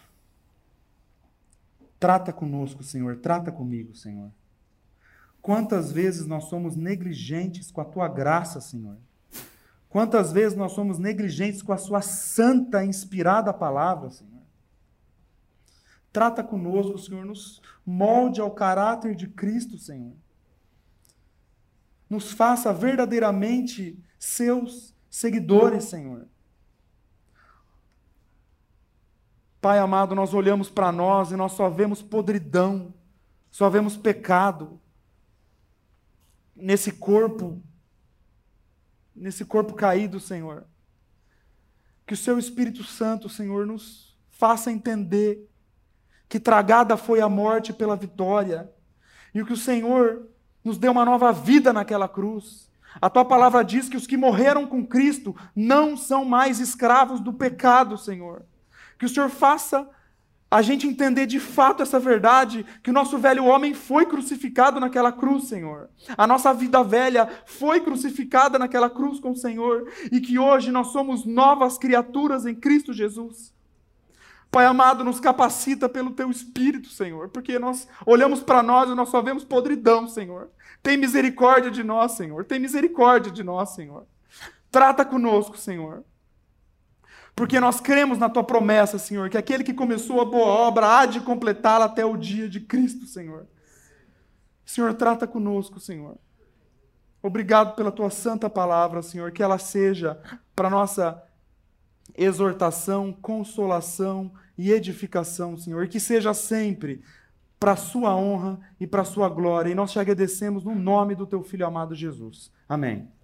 trata conosco, Senhor, trata comigo, Senhor. Quantas vezes nós somos negligentes com a Tua graça, Senhor. Quantas vezes nós somos negligentes com a Sua santa, inspirada palavra, Senhor. Trata conosco, Senhor, nos molde ao caráter de Cristo, Senhor. Nos faça verdadeiramente seus seguidores, Senhor. Pai amado, nós olhamos para nós e nós só vemos podridão, só vemos pecado nesse corpo caído, Senhor. Que o Seu Espírito Santo, Senhor, nos faça entender que tragada foi a morte pela vitória, e que o Senhor nos deu uma nova vida naquela cruz. A Tua palavra diz que os que morreram com Cristo não são mais escravos do pecado, Senhor. Que o Senhor faça a gente entender de fato essa verdade, que o nosso velho homem foi crucificado naquela cruz, Senhor. A nossa vida velha foi crucificada naquela cruz com o Senhor, e que hoje nós somos novas criaturas em Cristo Jesus. Pai amado, nos capacita pelo Teu Espírito, Senhor, porque nós olhamos para nós e nós só vemos podridão, Senhor. Tem misericórdia de nós, Senhor. Tem misericórdia de nós, Senhor. Trata conosco, Senhor. Porque nós cremos na Tua promessa, Senhor, que aquele que começou a boa obra há de completá-la até o dia de Cristo, Senhor. Senhor, trata conosco, Senhor. Obrigado pela Tua santa palavra, Senhor, que ela seja para nossa exortação, consolação e edificação, Senhor, e que seja sempre para a Sua honra e para a Sua glória. E nós te agradecemos no nome do Teu Filho amado Jesus. Amém.